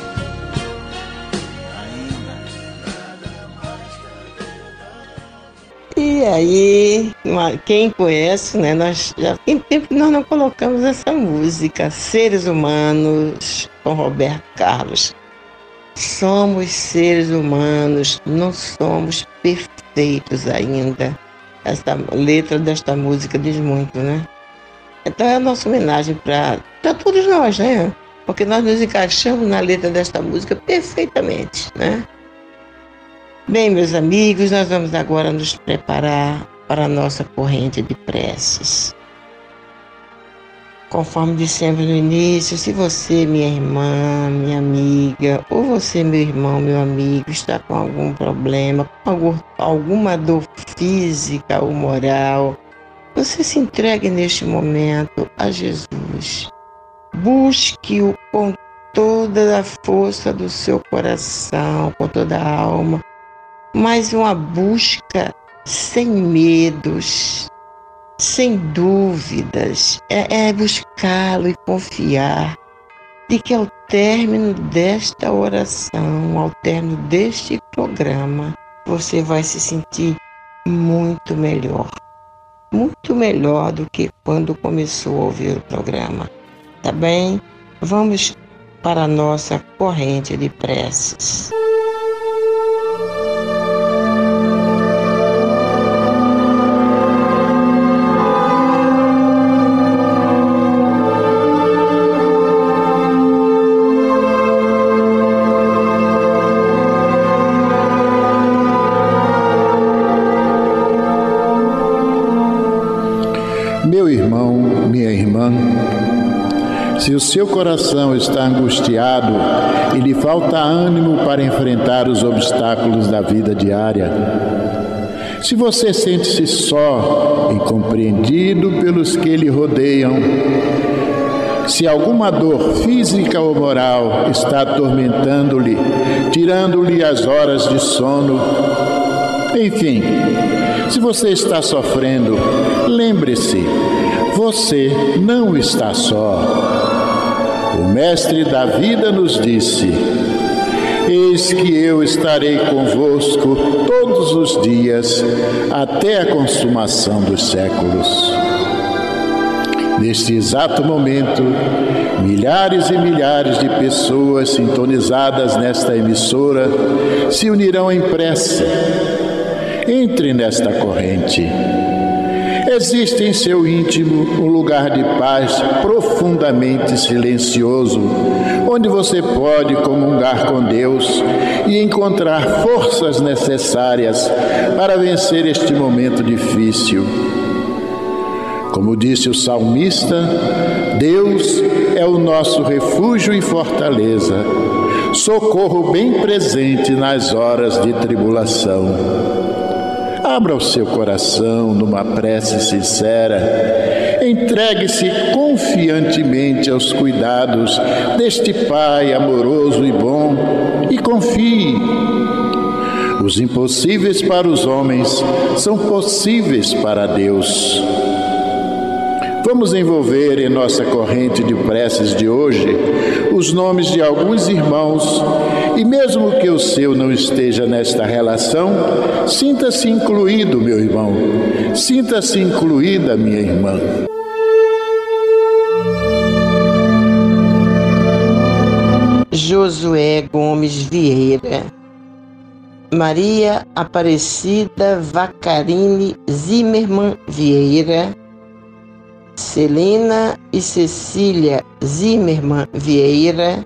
E aí, quem conhece, né? Nós já tem tempo que nós não colocamos essa música, Seres Humanos, com Roberto Carlos. Somos seres humanos, não somos perfeitos ainda. Essa letra desta música diz muito, né? Então é a nossa homenagem para todos nós, né? Porque nós nos encaixamos na letra desta música perfeitamente, né? Bem, meus amigos, nós vamos agora nos preparar para a nossa corrente de preces. Conforme dissemos no início, se você, minha irmã, minha amiga, ou você, meu irmão, meu amigo, está com algum problema, com algum, alguma dor física ou moral, você se entregue neste momento a Jesus. Busque-o com toda a força do seu coração, com toda a alma, mas uma busca sem medos, sem dúvidas, é, é buscá-lo e confiar de que ao término desta oração, ao término deste programa, você vai se sentir muito melhor, muito melhor do que quando começou a ouvir o programa, tá bem? Vamos para a nossa corrente de preces. Meu irmão, minha irmã, se o seu coração está angustiado e lhe falta ânimo para enfrentar os obstáculos da vida diária, se você sente-se só, incompreendido pelos que lhe rodeiam, se alguma dor física ou moral está atormentando-lhe, tirando-lhe as horas de sono, enfim, se você está sofrendo, lembre-se, você não está só. O Mestre da vida nos disse: eis que eu estarei convosco todos os dias, até a consumação dos séculos. Neste exato momento, milhares e milhares de pessoas sintonizadas nesta emissora se unirão em prece. Entre nesta corrente. Existe em seu íntimo um lugar de paz profundamente silencioso, onde você pode comungar com Deus e encontrar forças necessárias para vencer este momento difícil. Como disse o salmista, Deus é o nosso refúgio e fortaleza, socorro bem presente nas horas de tribulação. Abra o seu coração numa prece sincera. Entregue-se confiantemente aos cuidados deste Pai amoroso e bom e confie. Os impossíveis para os homens são possíveis para Deus. Vamos envolver em nossa corrente de preces de hoje os nomes de alguns irmãos e mesmo que o seu não esteja nesta relação, sinta-se incluído, meu irmão. Sinta-se incluída, minha irmã. Josué Gomes Vieira, Maria Aparecida Vacarini Zimmermann Vieira, Celina e Cecília Zimmermann Vieira,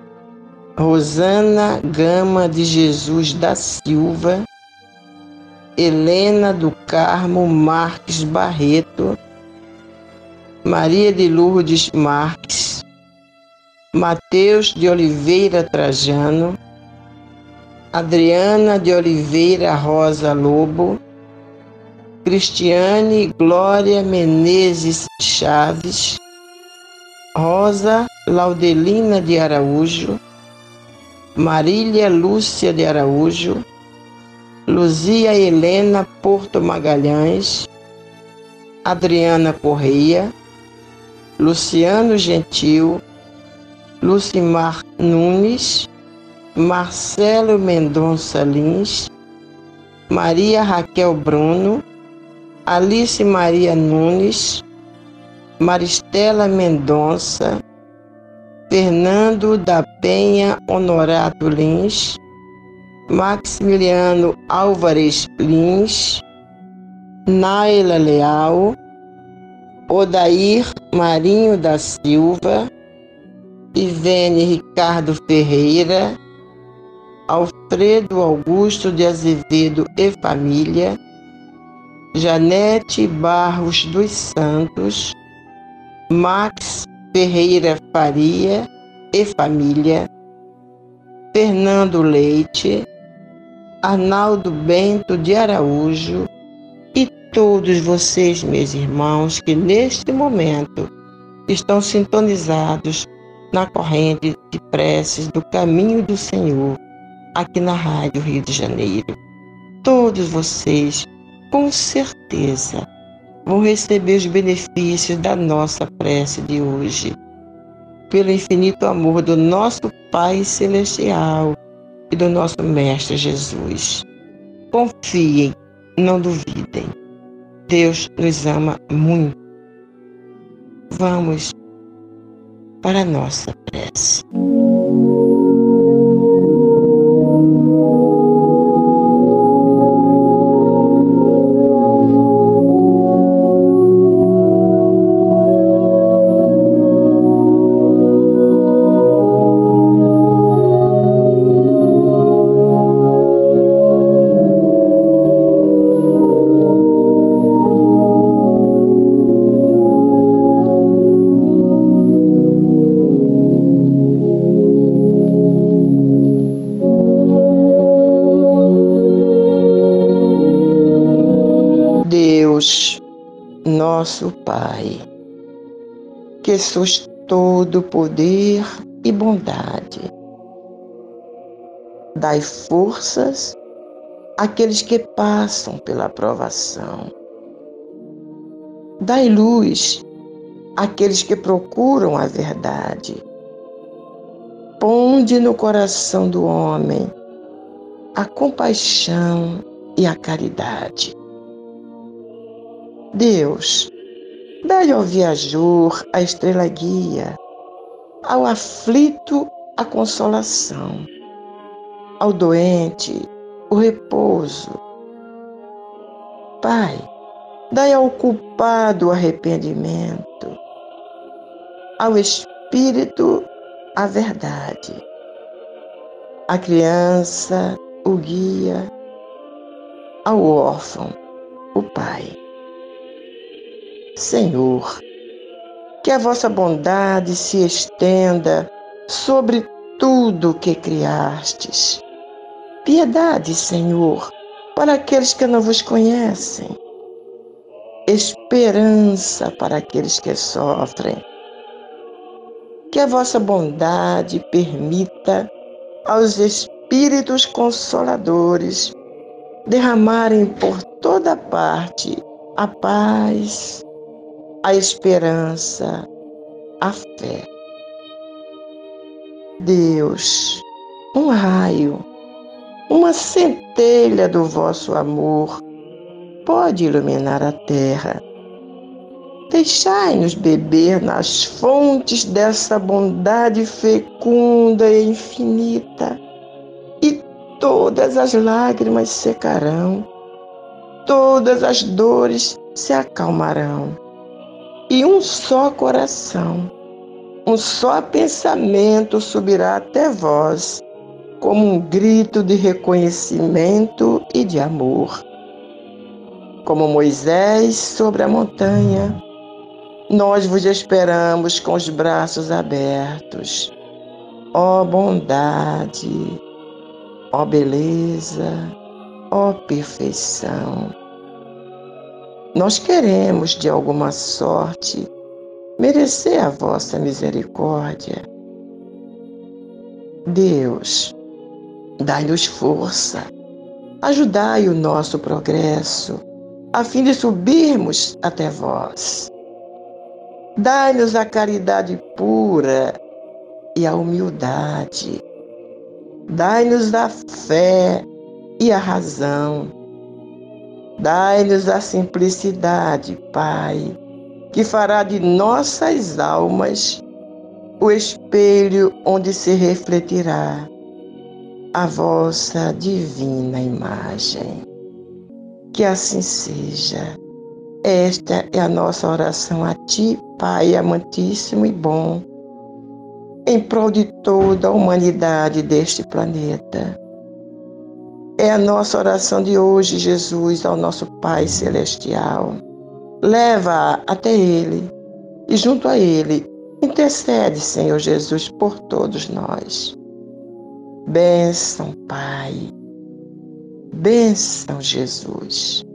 Rosana Gama de Jesus da Silva, Helena do Carmo Marques Barreto, Maria de Lourdes Marques, Mateus de Oliveira Trajano, Adriana de Oliveira Rosa Lobo, Cristiane Glória Menezes Chaves, Rosa Laudelina de Araújo, Marília Lúcia de Araújo, Luzia Helena Porto Magalhães, Adriana Correia, Luciano Gentil, Lucimar Nunes, Marcelo Mendonça Lins, Maria Raquel Bruno, Alice Maria Nunes, Maristela Mendonça, Fernando da Penha Honorato Lins, Maximiliano Álvares Lins, Naila Leal, Odair Marinho da Silva, Ivene Ricardo Ferreira, Alfredo Augusto de Azevedo e família, Janete Barros dos Santos, Max Ferreira Faria e família, Fernando Leite, Arnaldo Bento de Araújo e todos vocês, meus irmãos, que neste momento estão sintonizados na corrente de preces do Caminho do Senhor, aqui na Rádio Rio de Janeiro. Todos vocês, com certeza, vão receber os benefícios da nossa prece de hoje, pelo infinito amor do nosso Pai Celestial e do nosso Mestre Jesus. Confiem, não duvidem. Deus nos ama muito. Vamos para a nossa prece. Deus, nosso Pai, que sois todo poder e bondade, dai forças àqueles que passam pela provação, dai luz àqueles que procuram a verdade, ponde no coração do homem a compaixão e a caridade. Deus, dai ao viajor a estrela guia, ao aflito a consolação, ao doente o repouso. Pai, dai ao culpado o arrependimento, ao espírito a verdade, à criança o guia, ao órfão o pai. Senhor, que a vossa bondade se estenda sobre tudo o que criastes. Piedade, Senhor, para aqueles que não vos conhecem. Esperança para aqueles que sofrem. Que a vossa bondade permita aos Espíritos Consoladores derramarem por toda parte a paz, a esperança, a fé. Deus, um raio, uma centelha do vosso amor pode iluminar a terra. Deixai-nos beber nas fontes dessa bondade fecunda e infinita, e todas as lágrimas secarão, todas as dores se acalmarão, e um só coração, um só pensamento subirá até vós, como um grito de reconhecimento e de amor. Como Moisés sobre a montanha, nós vos esperamos com os braços abertos. Ó bondade, ó beleza, ó perfeição. Nós queremos, de alguma sorte, merecer a vossa misericórdia. Deus, dai-nos força, ajudai o nosso progresso, a fim de subirmos até vós. Dai-nos a caridade pura e a humildade. Dai-nos a fé e a razão. Dai-nos a simplicidade, Pai, que fará de nossas almas o espelho onde se refletirá a vossa divina imagem. Que assim seja. Esta é a nossa oração a Ti, Pai amantíssimo e bom, em prol de toda a humanidade deste planeta. É a nossa oração de hoje, Jesus, ao nosso Pai Celestial. Leva-a até Ele e junto a Ele intercede, Senhor Jesus, por todos nós. Bênção, Pai. Bênção, Jesus.